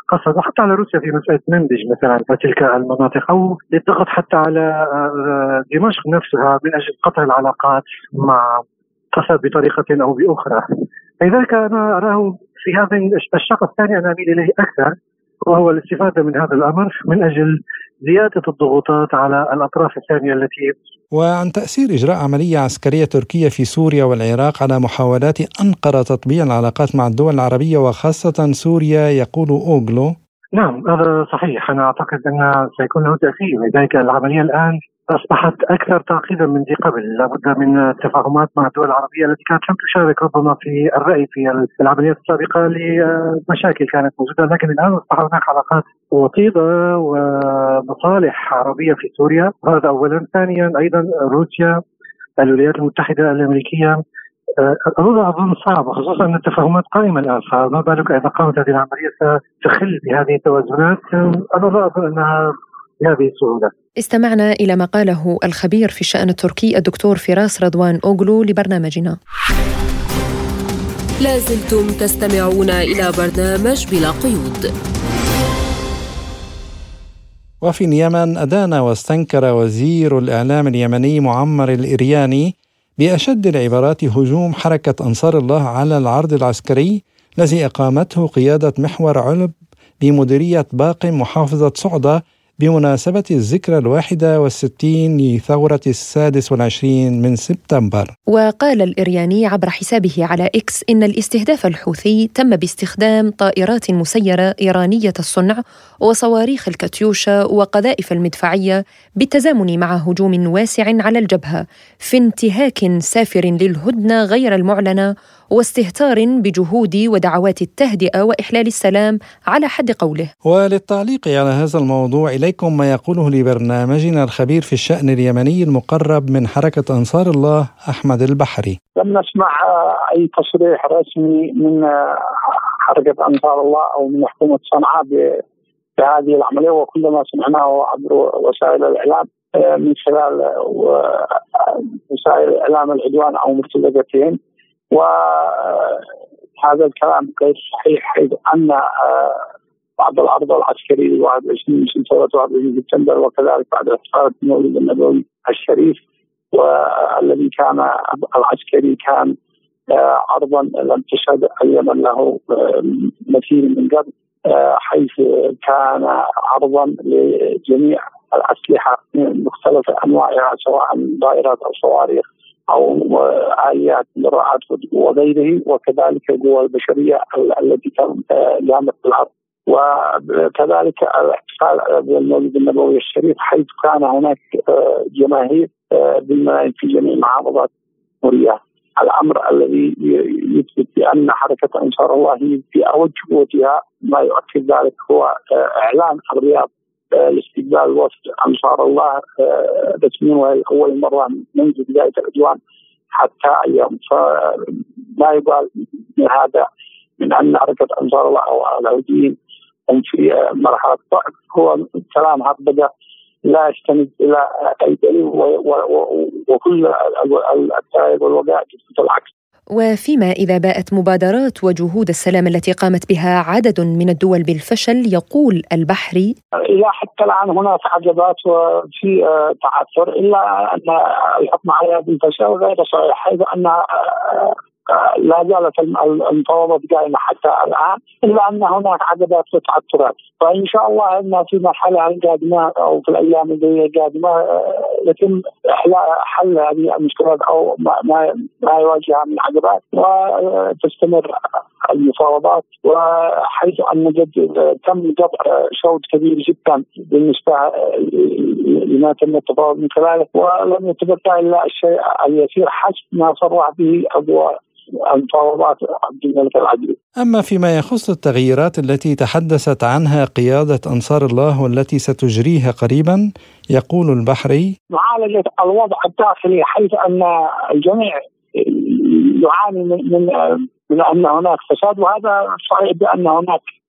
قصد، وحتى على روسيا في مسألة منبج مثلا وتلك المناطق، أو للضغط حتى على دمشق نفسها من أجل قطع العلاقات مع قسد بطريقة أو بأخرى. لذلك أنا أراه في هذا الشق الثاني أنا أميل إليه أكثر، وهو الاستفادة من هذا الأمر من أجل زيادة الضغوطات على الأطراف الثانية التي. وعن تأثير إجراء عملية عسكرية تركية في سوريا والعراق على محاولات أنقرة تطبيع العلاقات مع الدول العربية وخاصة سوريا، يقول أوغلو. نعم هذا صحيح، أنا أعتقد أن سيكون له تأثير. لذلك العملية الآن أصبحت أكثر تعقيدا من ذي قبل. لابد من التفاهمات مع الدول العربية التي كانت لم تشارك ربما في الرأي في العمليات السابقة لمشاكل كانت موجودة، لكن الآن أصبح هناك علاقات وطيدة ومصالح عربية في سوريا، هذا أولا. ثانيا أيضا روسيا، الولايات المتحدة الأمريكية، أظن أظن صعب، خصوصا أن التفاهمات قائمة الآن، فما بالك إذا قامت هذه العملية ستخل بهذه التوازنات. أنا لا أظن أنها بهذه السهولة. استمعنا إلى ما قاله الخبير في الشأن التركي الدكتور فراس رضوان أوغلو لبرنامجنا. لازلتم تستمعون إلى برنامج بلا قيود. وفي اليمن أدان واستنكر وزير الإعلام اليمني معمر الإرياني بأشد العبارات هجوم حركة أنصار الله على العرض العسكري الذي أقامته قيادة محور علب بمديرية باقم محافظة صعدة بمناسبة الذكرى الواحدة والستين لثورة السادس والعشرين من سبتمبر. وقال الإرياني عبر حسابه على إكس إن الاستهداف الحوثي تم باستخدام طائرات مسيرة إيرانية الصنع وصواريخ الكاتيوشا وقذائف المدفعية بالتزامن مع هجوم واسع على الجبهة في انتهاك سافر للهدنة غير المعلنة واستهتار بجهود ودعوات التهدئة وإحلال السلام على حد قوله. وللتعليق على هذا الموضوع إليكم ما يقوله لبرنامجنا الخبير في الشأن اليمني المقرب من حركة أنصار الله أحمد البحري. لم نسمع أي تصريح رسمي من حركة أنصار الله أو من حكومة صنعاء بهذه العملية، وكل ما سمعناه عبر وسائل الإعلام من خلال وسائل الإعلام العدوان أو مرتزقتين. وهذا الكلام غير صحيح، حيث أن بعد العرض العسكري لواحد وعشرين من ثورة واحد وعشرين سبتمبر وكذلك بعد احتفال المولد النبوي الشريف، والذي كان العسكري كان عرضا لم تشهد اليمن له مثيل من قبل، حيث كان عرضا لجميع الأسلحة من مختلف أنواعها سواء طائرات أو صواريخ أو آليات مدرعات وغيره، وكذلك القوى البشرية التي قامت بالعرض، وكذلك الاحتفال بالمولد النبوي الشريف، حيث كان هناك جماهير بالملايين في جميع محافظات سوريا. الأمر الذي يثبت بأن حركة أنصار الله في أوج قوتها. ما يؤكد ذلك هو إعلان الرياض لاستقبال وفد أنصار الله رسميا، وهي أول مرة منذ بداية العدوان حتى اليوم. فما يقال من هذا من أن حركة أنصار الله أو العوديين هم في مرحلة ضعف هو كلام هذا لا يستند إلى أي دليل، وكل التائب والوقائع تثبت العكس. وفيما إذا باءت مبادرات وجهود السلام التي قامت بها عدد من الدول بالفشل، يقول البحري: إلا حتى الآن هناك عجبات وفي تعثر، إلا أن الحكم عليها بالفشل غير صحيح، حيث أن لا زالت المفاوضات قائمة حتى الآن، إلا أن هناك عجبات وتعثرات. فإن شاء الله أن في مرحلة القادمة أو في الأيام القادمة يتم حل هذه المشكلات أو ما ما يواجهها من عجبات، وتستمر المفاوضات، وحيث أن تم قطع شوط كبير جدا بالنسبة لما تم التفاوض من خلاله، ولم يتبقى إلا الشيء اليسير حسب ما صرح به أبو المفاوضات عبد الملك العدلي. أما فيما يخص التغييرات التي تحدثت عنها قيادة أنصار الله والتي ستجريها قريبا، يقول البحري: معالجة الوضع الداخلي، حيث أن الجميع يعاني من من, من أن هناك فساد، وهذا صحيح بأن هناك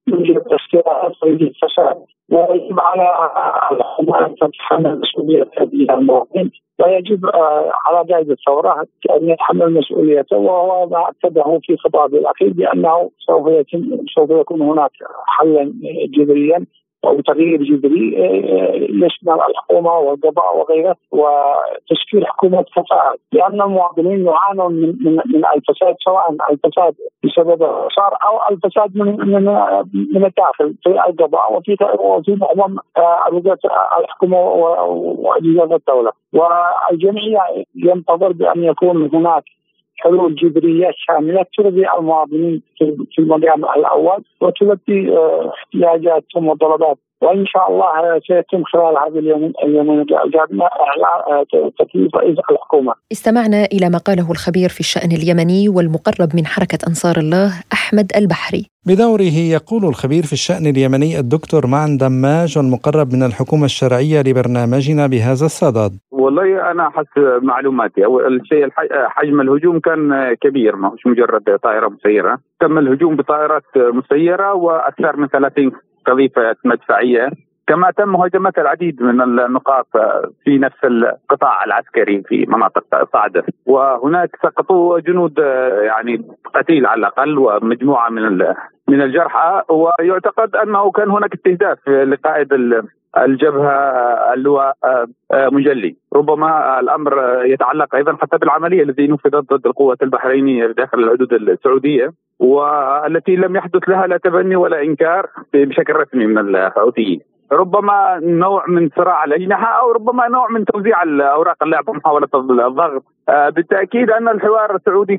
يوجد اختراعات ويوجد فساد، ويجب على الحكومة أن تتحمل مسؤولية هذه المواطنين، ويجب على قائد الثورة أن يتحمل مسؤوليته، وهو ما أكده في خطابه الأخير بأنه سوف يتم سوف يكون هناك حلا جذريا أو تغيير جذري يشمل الحكومة والقضاء وغيره، وتشكيل حكومة كفاءة، لأن المواطنين يعانون من من من الفساد، سواء الفساد بسبب الإعصار أو الفساد من من من الداخل في القضاء وفي وفي معظم وزارات الحكومة وأجهزة الدولة. والجميع ينتظر بأن يكون هناك حلول جذرية شاملة ترضي المواطنين في المقام الأول وتلبي احتياجاتهم وطلبات، وإن شاء الله سيتم خلال هذه اليومين اليومين القادمة إعلان تكليف رئيس الحكومة. استمعنا إلى ما قاله الخبير في الشأن اليمني والمقرب من حركة أنصار الله أحمد البحري. بدوره يقول الخبير في الشأن اليمني الدكتور معن دماج والمقرب من الحكومة الشرعية لبرنامجنا بهذا الصدد. والله أنا حسب معلوماتي أول شيء حجم الهجوم كان كبير، ما هوش مجرد طائرة مسيرة، تم الهجوم بطائرات مسيرة وأكثر من ثلاثين قذيفة مدفعية، كما تم مهاجمة العديد من النقاط في نفس القطاع العسكري في مناطق صعدة، وهناك سقطوا جنود يعني قتيل على الأقل ومجموعة من من الجرحى، ويعتقد أنه كان هناك استهداف لقائد الجبهة اللواء مجلي. ربما الأمر يتعلق أيضا حتى بالعملية التي نفذت ضد القوات البحرينية داخل الحدود السعودية، والتي لم يحدث لها لا تبني ولا إنكار بشكل رسمي من الحوثيين. ربما نوع من صراع الأجنحة أو ربما نوع من توزيع الأوراق اللعب ومحاولة الضغط. بالتأكيد أن الحوار السعودي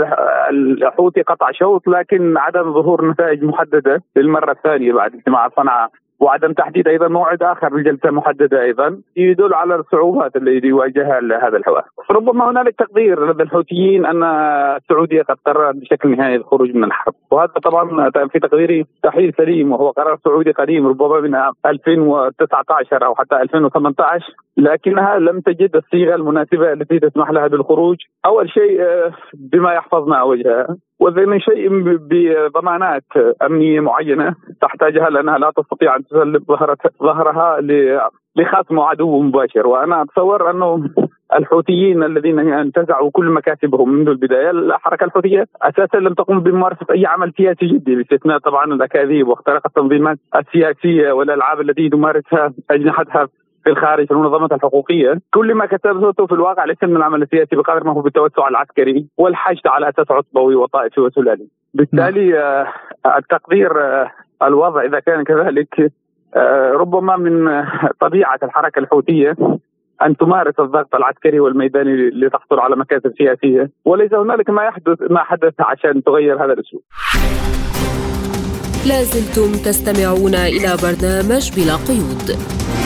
كالحوثي قطع شوط، لكن عدم ظهور نتائج محددة للمرة الثانية بعد اجتماع صنعاء وعدم تحديد أيضا موعد آخر لجلسة محددة أيضا يدل على الصعوبات التي يواجهها هذا الحوار. ربما هنالك تقدير لدى الحوثيين أن السعودية قد قررت بشكل نهائي الخروج من الحرب، وهذا طبعا في تقديري تحليل سليم، وهو قرار سعودي قديم ربما من ألفين وتسعة عشر أو حتى ألفين وثمانية عشر، لكنها لم تجد الصيغة المناسبة التي تسمح لها بالخروج. أول شيء بما يحفظنا وجهها، وثاني شيء بضمانات أمنية معينة تحتاجها لأنها لا تستطيع أن تسلب ظهرها لخصم عدو مباشر. وأنا أتصور أنه الحوثيين الذين انتزعوا كل مكاسبهم منذ البداية، الحركة الحوثية أساسا لم تقم بممارسة أي عمل سياسي جدي باستثناء طبعا الأكاذيب واختراق التنظيمات السياسية والألعاب التي تمارسها أجنحتها في الخارج في المنظمات الحقوقية. كل ما كتبته في الواقع ليس من العمل السياسي بقدر ما هو بالتوسع العسكري والحشد على أساس عصبوي وطائفي وسلالي. بالتالي التقدير الوضع إذا كان كذلك، ربما من طبيعة الحركة الحوثية أن تمارس الضغط العسكري والميداني لتحصل على مكاسب سياسية، وليس هنالك ما يحدث ما حدث عشان تغير هذا الأسلوب. لازلتم تستمعون إلى برنامج بلا قيود.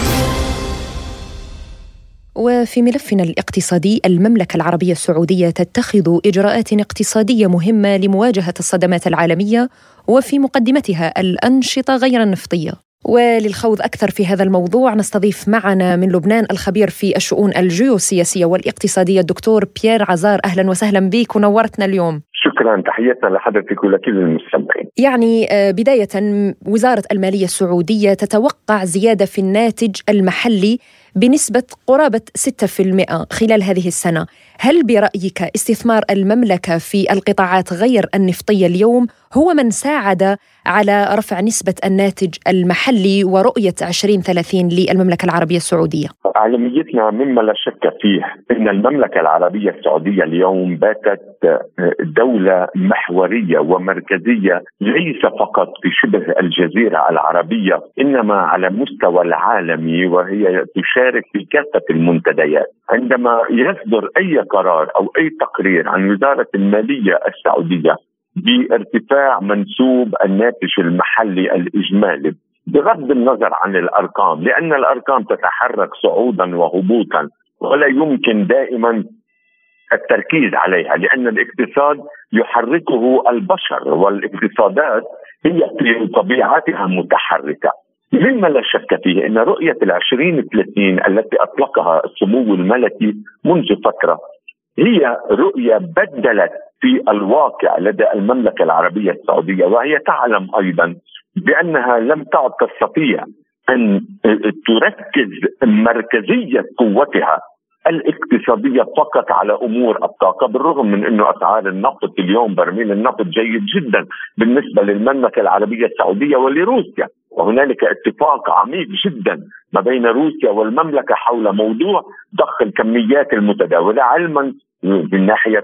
وفي ملفنا الاقتصادي، المملكة العربية السعودية تتخذ إجراءات اقتصادية مهمة لمواجهة الصدمات العالمية، وفي مقدمتها الأنشطة غير النفطية. وللخوض أكثر في هذا الموضوع نستضيف معنا من لبنان الخبير في الشؤون الجيوسياسية والاقتصادية الدكتور بيير عزار. أهلا وسهلا بك ونورتنا اليوم. شكرا، تحياتنا لحضرتك ولكل المستمعين. يعني بداية، وزارة المالية السعودية تتوقع زيادة في الناتج المحلي بنسبة قرابة ستة بالمئة خلال هذه السنة. هل برأيك استثمار المملكة في القطاعات غير النفطية اليوم هو من ساعد على رفع نسبة الناتج المحلي ورؤية عشرين ثلاثين للمملكة العربية السعودية؟ عالميتنا مما لا شك فيه أن المملكة العربية السعودية اليوم باتت دولة محورية ومركزية، ليس فقط في شبه الجزيرة العربية إنما على مستوى العالمي، وهي تشارك في كافة المنتديات. عندما يصدر أي قرار أو أي تقرير عن وزارة المالية السعودية بارتفاع منسوب الناتج المحلي الإجمالي بغض النظر عن الأرقام، لأن الأرقام تتحرك صعودا وهبوطا ولا يمكن دائما التركيز عليها، لأن الاقتصاد يحركه البشر والاقتصادات هي في طبيعتها متحركة. مما لا شك فيه أن رؤية العشرين ثلاثين التي أطلقها السمو الملكي منذ فترة هي رؤية بدلت في الواقع لدى المملكة العربية السعودية، وهي تعلم أيضا بأنها لم تعد تستطيع أن تركز مركزية قوتها الاقتصادية فقط على أمور الطاقة، بالرغم من أنه أسعار النفط اليوم برميل النفط جيد جدا بالنسبة للمملكة العربية السعودية ولروسيا، وهنالك اتفاق عميق جدا ما بين روسيا والمملكة حول موضوع ضخ الكميات المتداولة، علما من ناحية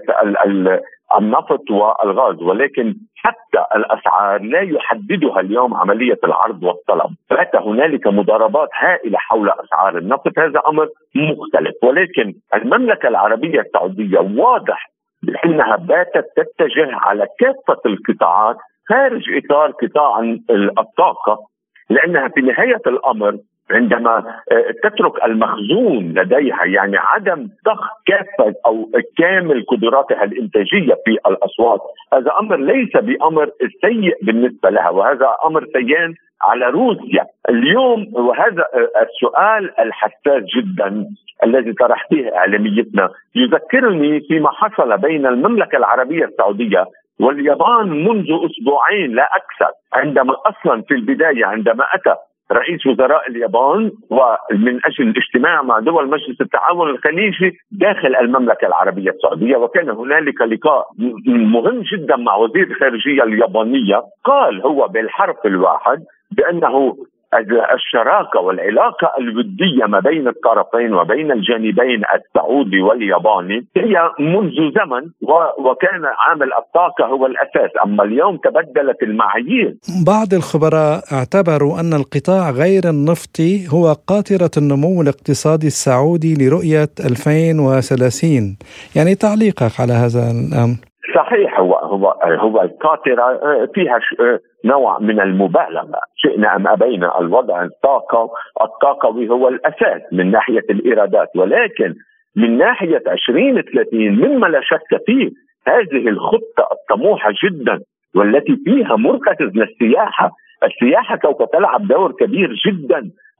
النفط والغاز، ولكن حتى الأسعار لا يحددها اليوم عملية العرض والطلب، فأتى هنالك مضاربات هائلة حول أسعار النفط، هذا أمر مختلف. ولكن المملكة العربية السعودية واضح بأنها باتت تتجه على كافة القطاعات خارج إطار قطاع الطاقة، لأنها في نهاية الأمر عندما تترك المخزون لديها، يعني عدم ضخ كافة أو كامل قدراتها الإنتاجية في الأسواق، هذا أمر ليس بأمر سيء بالنسبة لها، وهذا أمر سيئ على روسيا اليوم. وهذا السؤال الحساس جدا الذي طرحته إعلاميتنا يذكرني فيما حصل بين المملكة العربية السعودية واليابان منذ أسبوعين لا أكثر، عندما أصلا في البداية عندما أتى رئيس وزراء اليابان ومن أجل الاجتماع مع دول مجلس التعاون الخليجي داخل المملكة العربية السعودية، وكان هنالك لقاء مهم جدا مع وزير الخارجية اليابانية، قال هو بالحرف الواحد بأنه الشراكة والعلاقة الودية ما بين الطرفين وبين الجانبين السعودي والياباني هي منذ زمن، وكان عامل الطاقة هو الأساس، أما اليوم تبدلت المعايير. بعض الخبراء اعتبروا أن القطاع غير النفطي هو قاطرة النمو الاقتصادي السعودي لرؤية ألفين وثلاثين، يعني تعليقك على هذا الأمر؟ صحيح، هو هو هو القاطرة فيها نوع من المبالغة، شئنا أم أبينا الوضع الطاقة الطاقوي هو الأساس من ناحية الإيرادات، ولكن من ناحية عشرين ثلاثين مما لا شك فيه هذه الخطة الطموحة جدا والتي فيها مركز للسياحة، السياحة سوف تلعب دور كبير جدا،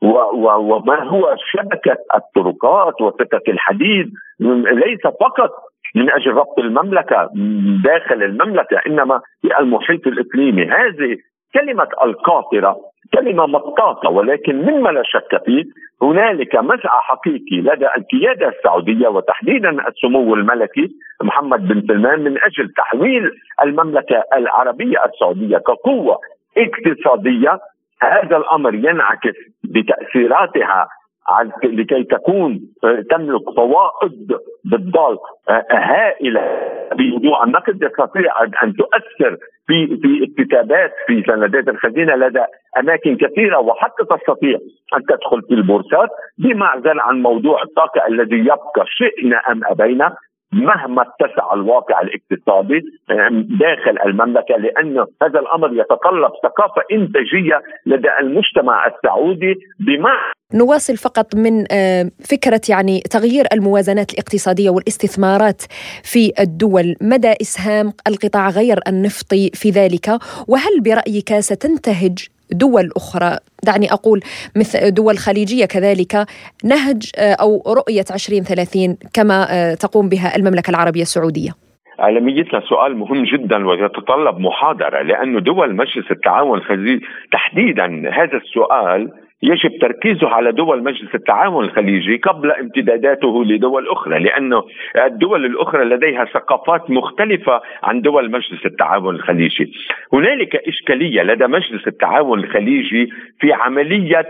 وما هو شبكة الطرقات وسكك الحديد ليس فقط من أجل ربط المملكة داخل المملكة إنما في المحيط الإقليمي. هذه كلمة القاطرة كلمة مطاطة، ولكن مما لا شك فيه هنالك مسعى حقيقي لدى القيادة السعودية وتحديدا السمو الملكي محمد بن سلمان من أجل تحويل المملكة العربية السعودية كقوة اقتصادية. هذا الأمر ينعكس بتأثيراتها لكي تكون تملك فوائد بالضبط هائلة بموضوع النقد، تستطيع أن تؤثر في في اكتتابات في سندات الخزينة لدى أماكن كثيرة، وحتى تستطيع أن تدخل في البورصات بمعزل عن موضوع الطاقة الذي يبقى شئنا أم أبينا مهما اتسع الواقع الاقتصادي داخل المملكة، لأن هذا الأمر يتطلب ثقافة إنتاجية لدى المجتمع السعودي. بما نواصل فقط من فكرة يعني تغيير الموازنات الاقتصادية والاستثمارات في الدول، مدى إسهام القطاع غير النفطي في ذلك، وهل برأيك ستنتهج دول أخرى، دعني أقول مثل دول خليجية كذلك، نهج أو رؤية عشرين ثلاثين كما تقوم بها المملكة العربية السعودية؟ عالميتنا سؤال مهم جدا ويتطلب محاضرة، لأن دول مجلس التعاون الخليجي تحديدا هذا السؤال يجب تركيزه على دول مجلس التعاون الخليجي قبل امتداداته لدول أخرى، لأنه الدول الأخرى لديها ثقافات مختلفة عن دول مجلس التعاون الخليجي. هنالك إشكالية لدى مجلس التعاون الخليجي في عملية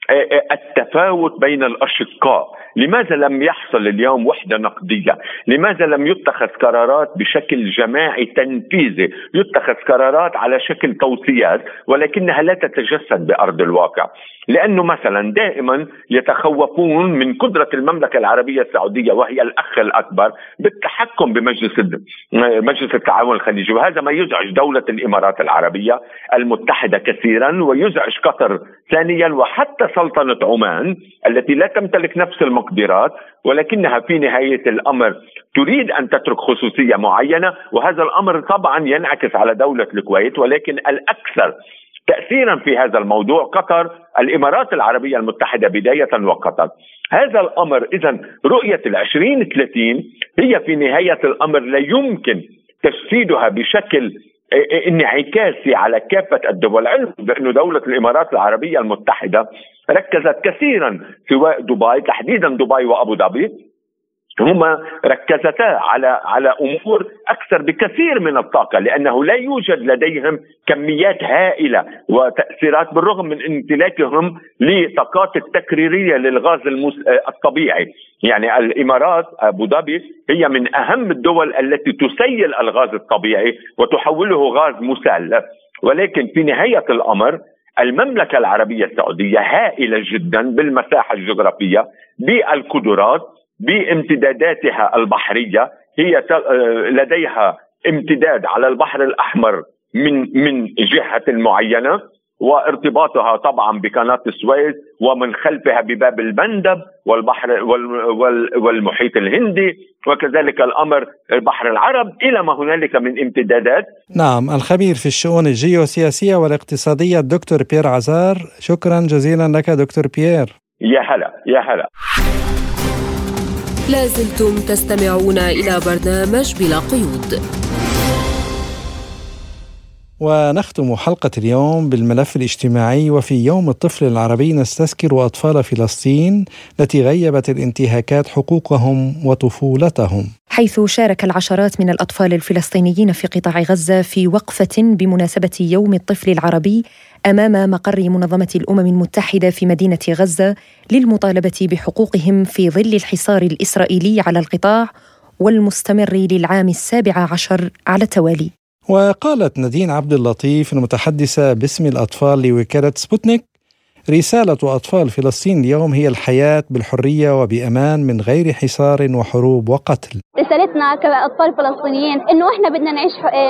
التفاوت بين الأشقاء. لماذا لم يحصل اليوم وحدة نقدية؟ لماذا لم يتخذ قرارات بشكل جماعي تنفيذي؟ يتخذ قرارات على شكل توصيات ولكنها لا تتجسد بأرض الواقع، لأنه مثلا دائما يتخوفون من قدرة المملكة العربية السعودية وهي الأخ الأكبر بالتحكم بمجلس مجلس التعاون الخليجي، وهذا ما يزعج دولة الإمارات العربية المتحدة كثيرا ويزعج قطر ثانيا، وحتى سلطنة عمان التي لا تمتلك نفس المقدرات ولكنها في نهاية الأمر تريد أن تترك خصوصية معينة، وهذا الأمر طبعا ينعكس على دولة الكويت، ولكن الأكثر تأثيرا في هذا الموضوع قطر، الإمارات العربية المتحدة بداية وقطر. هذا الأمر إذن رؤية العشرين ثلاثين هي في نهاية الأمر لا يمكن تجسيدها بشكل انعكاسي على كافة الدول. علم بأن دولة الإمارات العربية المتحدة ركزت كثيرا سواء دبي، تحديدا دبي وأبو ظبي، هما ركزتا على على امور اكثر بكثير من الطاقه، لانه لا يوجد لديهم كميات هائله وتاثيرات بالرغم من امتلاكهم لطاقات التكريريه للغاز المس... الطبيعي. يعني الامارات ابو ظبي هي من اهم الدول التي تسيل الغاز الطبيعي وتحوله غاز مسال، ولكن في نهايه الامر المملكه العربيه السعوديه هائله جدا بالمساحه الجغرافيه، بالقدرات، بامتداداتها البحرية. هي لديها امتداد على البحر الأحمر من من جهة معينة، وارتباطها طبعا بقناة السويس، ومن خلفها بباب المندب والبحر والمحيط الهندي، وكذلك الأمر البحر العرب، إلى ما هنالك من امتدادات. نعم، الخبير في الشؤون الجيوسياسية والاقتصادية الدكتور بيير عزار، شكرا جزيلا لك دكتور بيير. يا هلا يا هلا. لازلتم تستمعون إلى برنامج بلا قيود. ونختم حلقة اليوم بالملف الاجتماعي. وفي يوم الطفل العربي نستذكر أطفال فلسطين التي غيبت الانتهاكات حقوقهم وطفولتهم، حيث شارك العشرات من الأطفال الفلسطينيين في قطاع غزة في وقفة بمناسبة يوم الطفل العربي أمام مقر منظمة الأمم المتحدة في مدينة غزة للمطالبة بحقوقهم في ظل الحصار الإسرائيلي على القطاع والمستمر للعام السابع عشر على التوالي. وقالت نادين عبد اللطيف المتحدثة باسم الأطفال لوكالة سبوتنيك: رسالة أطفال فلسطين اليوم هي الحياة بالحرية وبأمان من غير حصار وحروب وقتل. رسالتنا كأطفال فلسطينيين إنه إحنا بدنا نعيش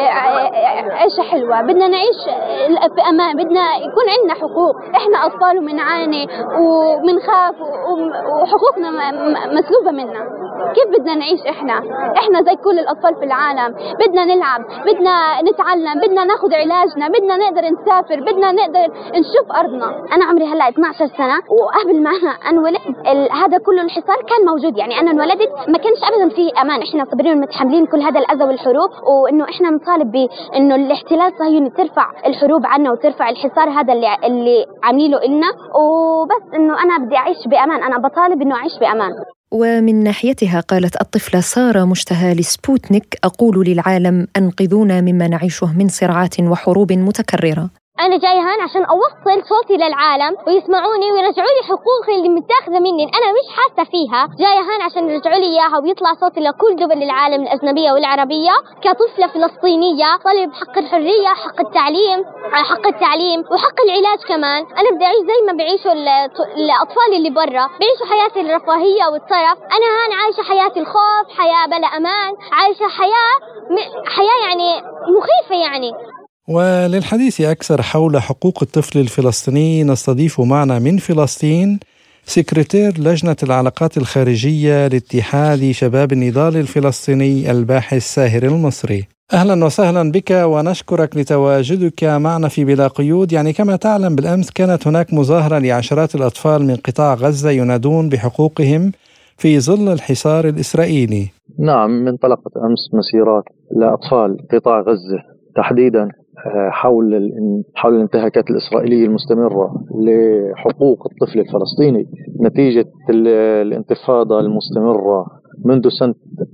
عيشة حلوة، بدنا نعيش في أمان، بدنا يكون عندنا حقوق. إحنا أطفال ومنعاني ومنخاف وحقوقنا مسلوبة منا. كيف بدنا نعيش إحنا؟ إحنا زي كل الأطفال في العالم، بدنا نلعب، بدنا نتعلم، بدنا ناخد علاجنا، بدنا نقدر نسافر، بدنا نقدر نشوف أرضنا. أنا عمري هلا اثنعش سنة، وقبل ما أنا انولد هذا كله الحصار كان موجود. يعني أنا انولدت ما كانش أبدا فيه أمان. إحنا صابرين ومتحملين كل هذا الأذى والحروب، وإنه إحنا نطالب بإنه الاحتلال الصهيوني ترفع الحروب عنا وترفع الحصار هذا اللي اللي عاملينه إلنا، وبس إنه أنا بدي أعيش بأمان. أنا بطالب إنه أعيش بأمان. ومن ناحيتها قالت الطفلة سارة مشتهى لسبوتنيك: أقول للعالم أنقذونا مما نعيشه من صراعات وحروب متكررة. أنا جاي هون عشان أوصل صوتي للعالم ويسمعوني ويرجعوا لي حقوقي اللي متاخذة مني، أنا مش حاسة فيها. جاي هون عشان يرجعوا لي إياها ويطلع صوتي لكل دول العالم الأجنبية والعربية كطفلة فلسطينية طالب حق الحرية، حق التعليم، حق التعليم وحق العلاج كمان. أنا بدي أعيش زي ما بيعيشوا الأطفال اللي برا، بيعيشوا حياة الرفاهية والترف. أنا هون عايشة حياة الخوف، حياة بلا أمان، عايشة حياة حياة يعني مخيفة يعني. وللحديث أكثر حول حقوق الطفل الفلسطيني نستضيف معنا من فلسطين سكرتير لجنة العلاقات الخارجية لاتحاد شباب النضال الفلسطيني الباحث ساهر المصري. أهلا وسهلا بك ونشكرك لتواجدك معنا في بلا قيود. يعني كما تعلم بالأمس كانت هناك مظاهرة لعشرات الأطفال من قطاع غزة ينادون بحقوقهم في ظل الحصار الإسرائيلي. نعم، من طلقت أمس مسيرات لأطفال قطاع غزة تحديدا حول حول الانتهاكات الإسرائيلية المستمرة لحقوق الطفل الفلسطيني نتيجة الانتفاضة المستمرة منذ سنة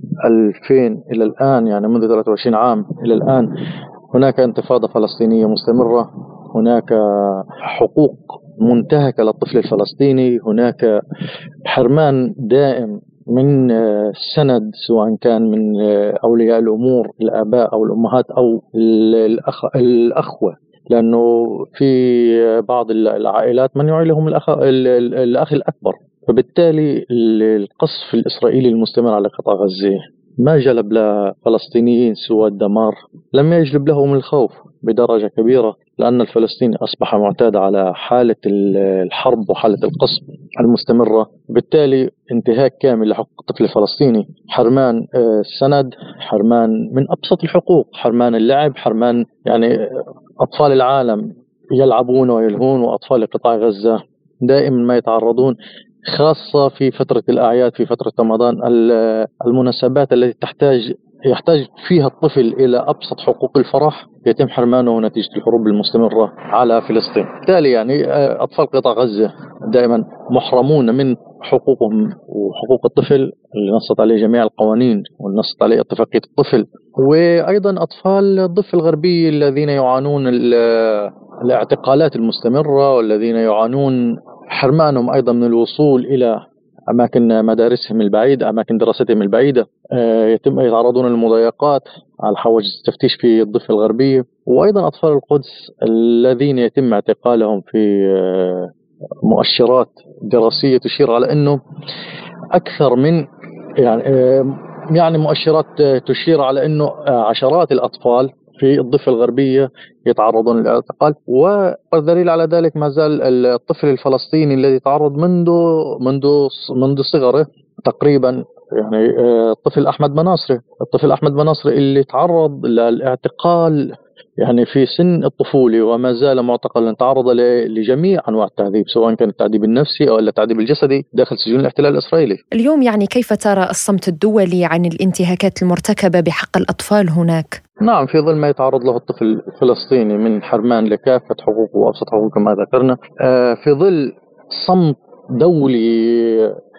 ألفين إلى الآن، يعني منذ ثلاثة وعشرين عام إلى الآن. هناك انتفاضة فلسطينية مستمرة، هناك حقوق منتهكة للطفل الفلسطيني، هناك حرمان دائم من سند سواء كان من أولياء الأمور الآباء أو الأمهات أو الأخ الأخوة، لأنه في بعض العائلات من يعي لهم الأخ, الأخ الأكبر. فبالتالي القصف الإسرائيلي المستمر على قطاع غزة ما جلب لفلسطينيين سوى الدمار، لم يجلب لهم الخوف بدرجة كبيرة، لأن الفلسطيني أصبح معتاد على حالة الحرب وحالة القصف المستمرة. بالتالي انتهاك كامل لحقوق الطفل الفلسطيني، حرمان السند، حرمان من أبسط الحقوق، حرمان اللعب، حرمان يعني أطفال العالم يلعبون ويلهون، وأطفال قطاع غزة دائما ما يتعرضون، خاصة في فترة الأعياد، في فترة رمضان، المناسبات التي تحتاج يحتاج فيها الطفل إلى أبسط حقوق الفرح، يتم حرمانه نتيجة الحروب المستمرة على فلسطين. بالتالي يعني أطفال قطاع غزة دائما محرمون من حقوقهم وحقوق الطفل اللي نصت عليه جميع القوانين ونصت عليه اتفاقية الطفل، وأيضا أطفال الضفة الغربية الذين يعانون الاعتقالات المستمرة والذين يعانون حرمانهم أيضا من الوصول إلى أماكن مدارسهم البعيدة، أماكن دراستهم البعيدة، يتم يتعرضون للمضايقات على حواجز التفتيش في الضفة الغربية. وأيضا أطفال القدس الذين يتم اعتقالهم في مؤشرات دراسية تشير على أنه أكثر من يعني يعني مؤشرات تشير على أنه عشرات الأطفال في الضفة الغربية يتعرضون للاعتقال. والدليل على ذلك ما زال الطفل الفلسطيني الذي تعرض منذ منذ منذ صغره تقريبا، يعني الطفل أحمد مناصري الطفل أحمد مناصري اللي تعرض للاعتقال يعني في سن الطفولة وما زال معتقلا، تعرض لجميع أنواع التعذيب سواء كان التعذيب النفسي أو التعذيب الجسدي داخل سجون الاحتلال الإسرائيلي. اليوم يعني كيف ترى الصمت الدولي عن الانتهاكات المرتكبة بحق الأطفال هناك؟ نعم، في ظل ما يتعرض له الطفل الفلسطيني من حرمان لكافة حقوقه وأبسط حقوقه كما ذكرنا، في ظل صمت دولي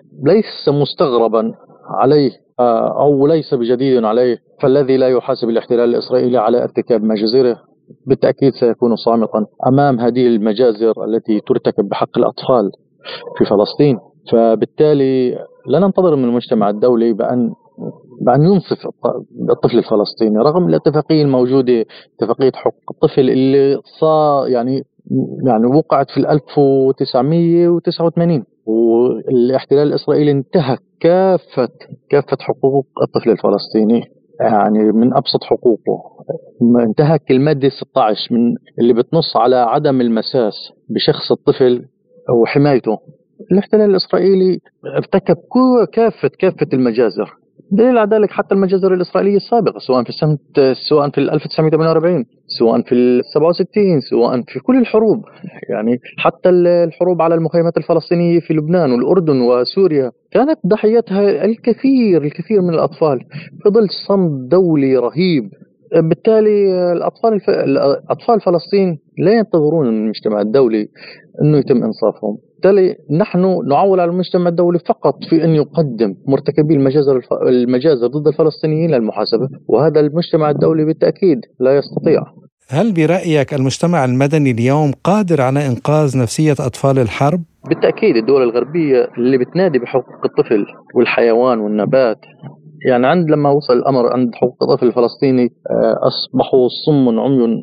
ليس مستغربا عليه أو ليس بجديد عليه، فالذي لا يحاسب الاحتلال الإسرائيلي على ارتكاب مجازره بالتأكيد سيكون صامتا أمام هذه المجازر التي ترتكب بحق الأطفال في فلسطين. فبالتالي لا ننتظر من المجتمع الدولي بأن بأن ينصف الطفل الفلسطيني رغم الاتفاقية الموجودة، اتفاقية حقوق الطفل اللي صار يعني يعني وقعت في ألف وتسعمئة وتسعة وثمانين، والاحتلال الإسرائيلي انتهك كافة كافة حقوق الطفل الفلسطيني، يعني من أبسط حقوقه انتهك المادة ستة عشر من اللي بتنص على عدم المساس بشخص الطفل وحمايته. الاحتلال الإسرائيلي ارتكب كافة كافة المجازر. دليل على ذلك حتى المجازر الإسرائيلية السابقة سواء في السنة سواء في ألف وتسعمئة وثمانية وأربعين سواء في السبعة وستين سواء في كل الحروب، يعني حتى الحروب على المخيمات الفلسطينية في لبنان والأردن وسوريا كانت ضحيتها الكثير الكثير من الأطفال في ظل صمت دولي رهيب. بالتالي الأطفال الف... الأطفال فلسطين لا ينتظرون من المجتمع الدولي أنه يتم إنصافهم. بالتالي نحن نعول على المجتمع الدولي فقط في أن يقدم مرتكبي المجازر الف... المجازر ضد الفلسطينيين للمحاسبة، وهذا المجتمع الدولي بالتأكيد لا يستطيع. هل برأيك المجتمع المدني اليوم قادر على إنقاذ نفسية أطفال الحرب؟ بالتأكيد الدول الغربية اللي بتنادي بحقوق الطفل والحيوان والنبات، يعني عند لما وصل الأمر عند حقوق الطفل الفلسطيني أصبحوا صم عمي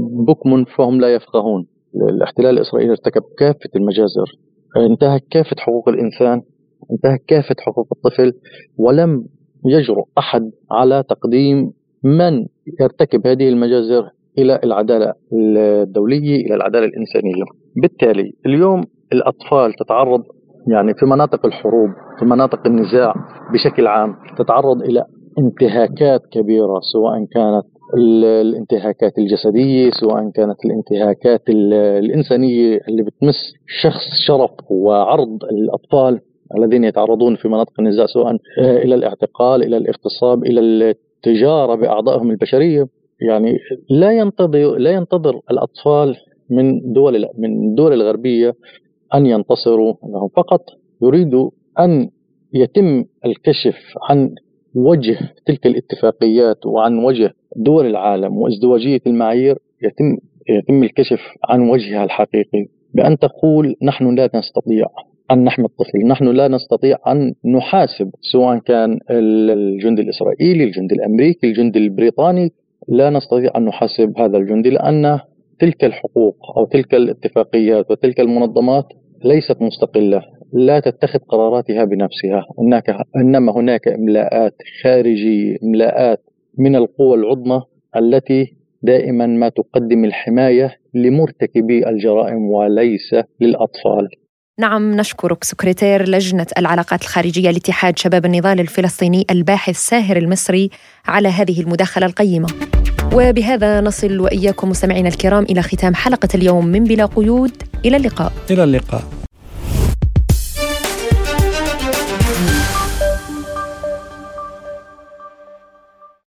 بكم فهم لا يفقهون. الاحتلال الإسرائيلي ارتكب كافة المجازر، انتهك كافة حقوق الإنسان، انتهك كافة حقوق الطفل، ولم يجرؤ أحد على تقديم من يرتكب هذه المجازر إلى العدالة الدولية، إلى العدالة الإنسانية. بالتالي اليوم الأطفال تتعرض يعني في مناطق الحروب في مناطق النزاع بشكل عام تتعرض إلى انتهاكات كبيرة، سواء كانت الانتهاكات الجسدية سواء كانت الانتهاكات الإنسانية اللي بتمس شخص شرف وعرض الأطفال الذين يتعرضون في مناطق النزاع سواء إلى الاعتقال إلى الاغتصاب إلى التجارة بأعضائهم البشرية. يعني لا ينتظر لا ينتظر الأطفال من دول من الدول الغربية أن ينتصروا لهم، فقط يريدوا أن يتم الكشف عن وجه تلك الاتفاقيات وعن وجه دول العالم وازدواجية المعايير، يتم يتم الكشف عن وجهها الحقيقي بأن تقول نحن لا نستطيع أن نحمي الطفل، نحن لا نستطيع أن نحاسب سواء كان الجندي الإسرائيلي الجندي الأمريكي الجندي البريطاني، لا نستطيع أن نحاسب هذا الجندي لأن تلك الحقوق أو تلك الاتفاقيات وتلك المنظمات ليست مستقلة، لا تتخذ قراراتها بنفسها، هناك إنما هناك إملاءات خارجية، إملاءات من القوى العظمى التي دائما ما تقدم الحماية لمرتكبي الجرائم وليس للأطفال. نعم، نشكرك سكرتير لجنة العلاقات الخارجية لاتحاد شباب النضال الفلسطيني الباحث ساهر المصري على هذه المداخلة القيمة. وبهذا نصل وإياكم مستمعينا الكرام إلى ختام حلقة اليوم من بلا قيود. إلى اللقاء. إلى اللقاء.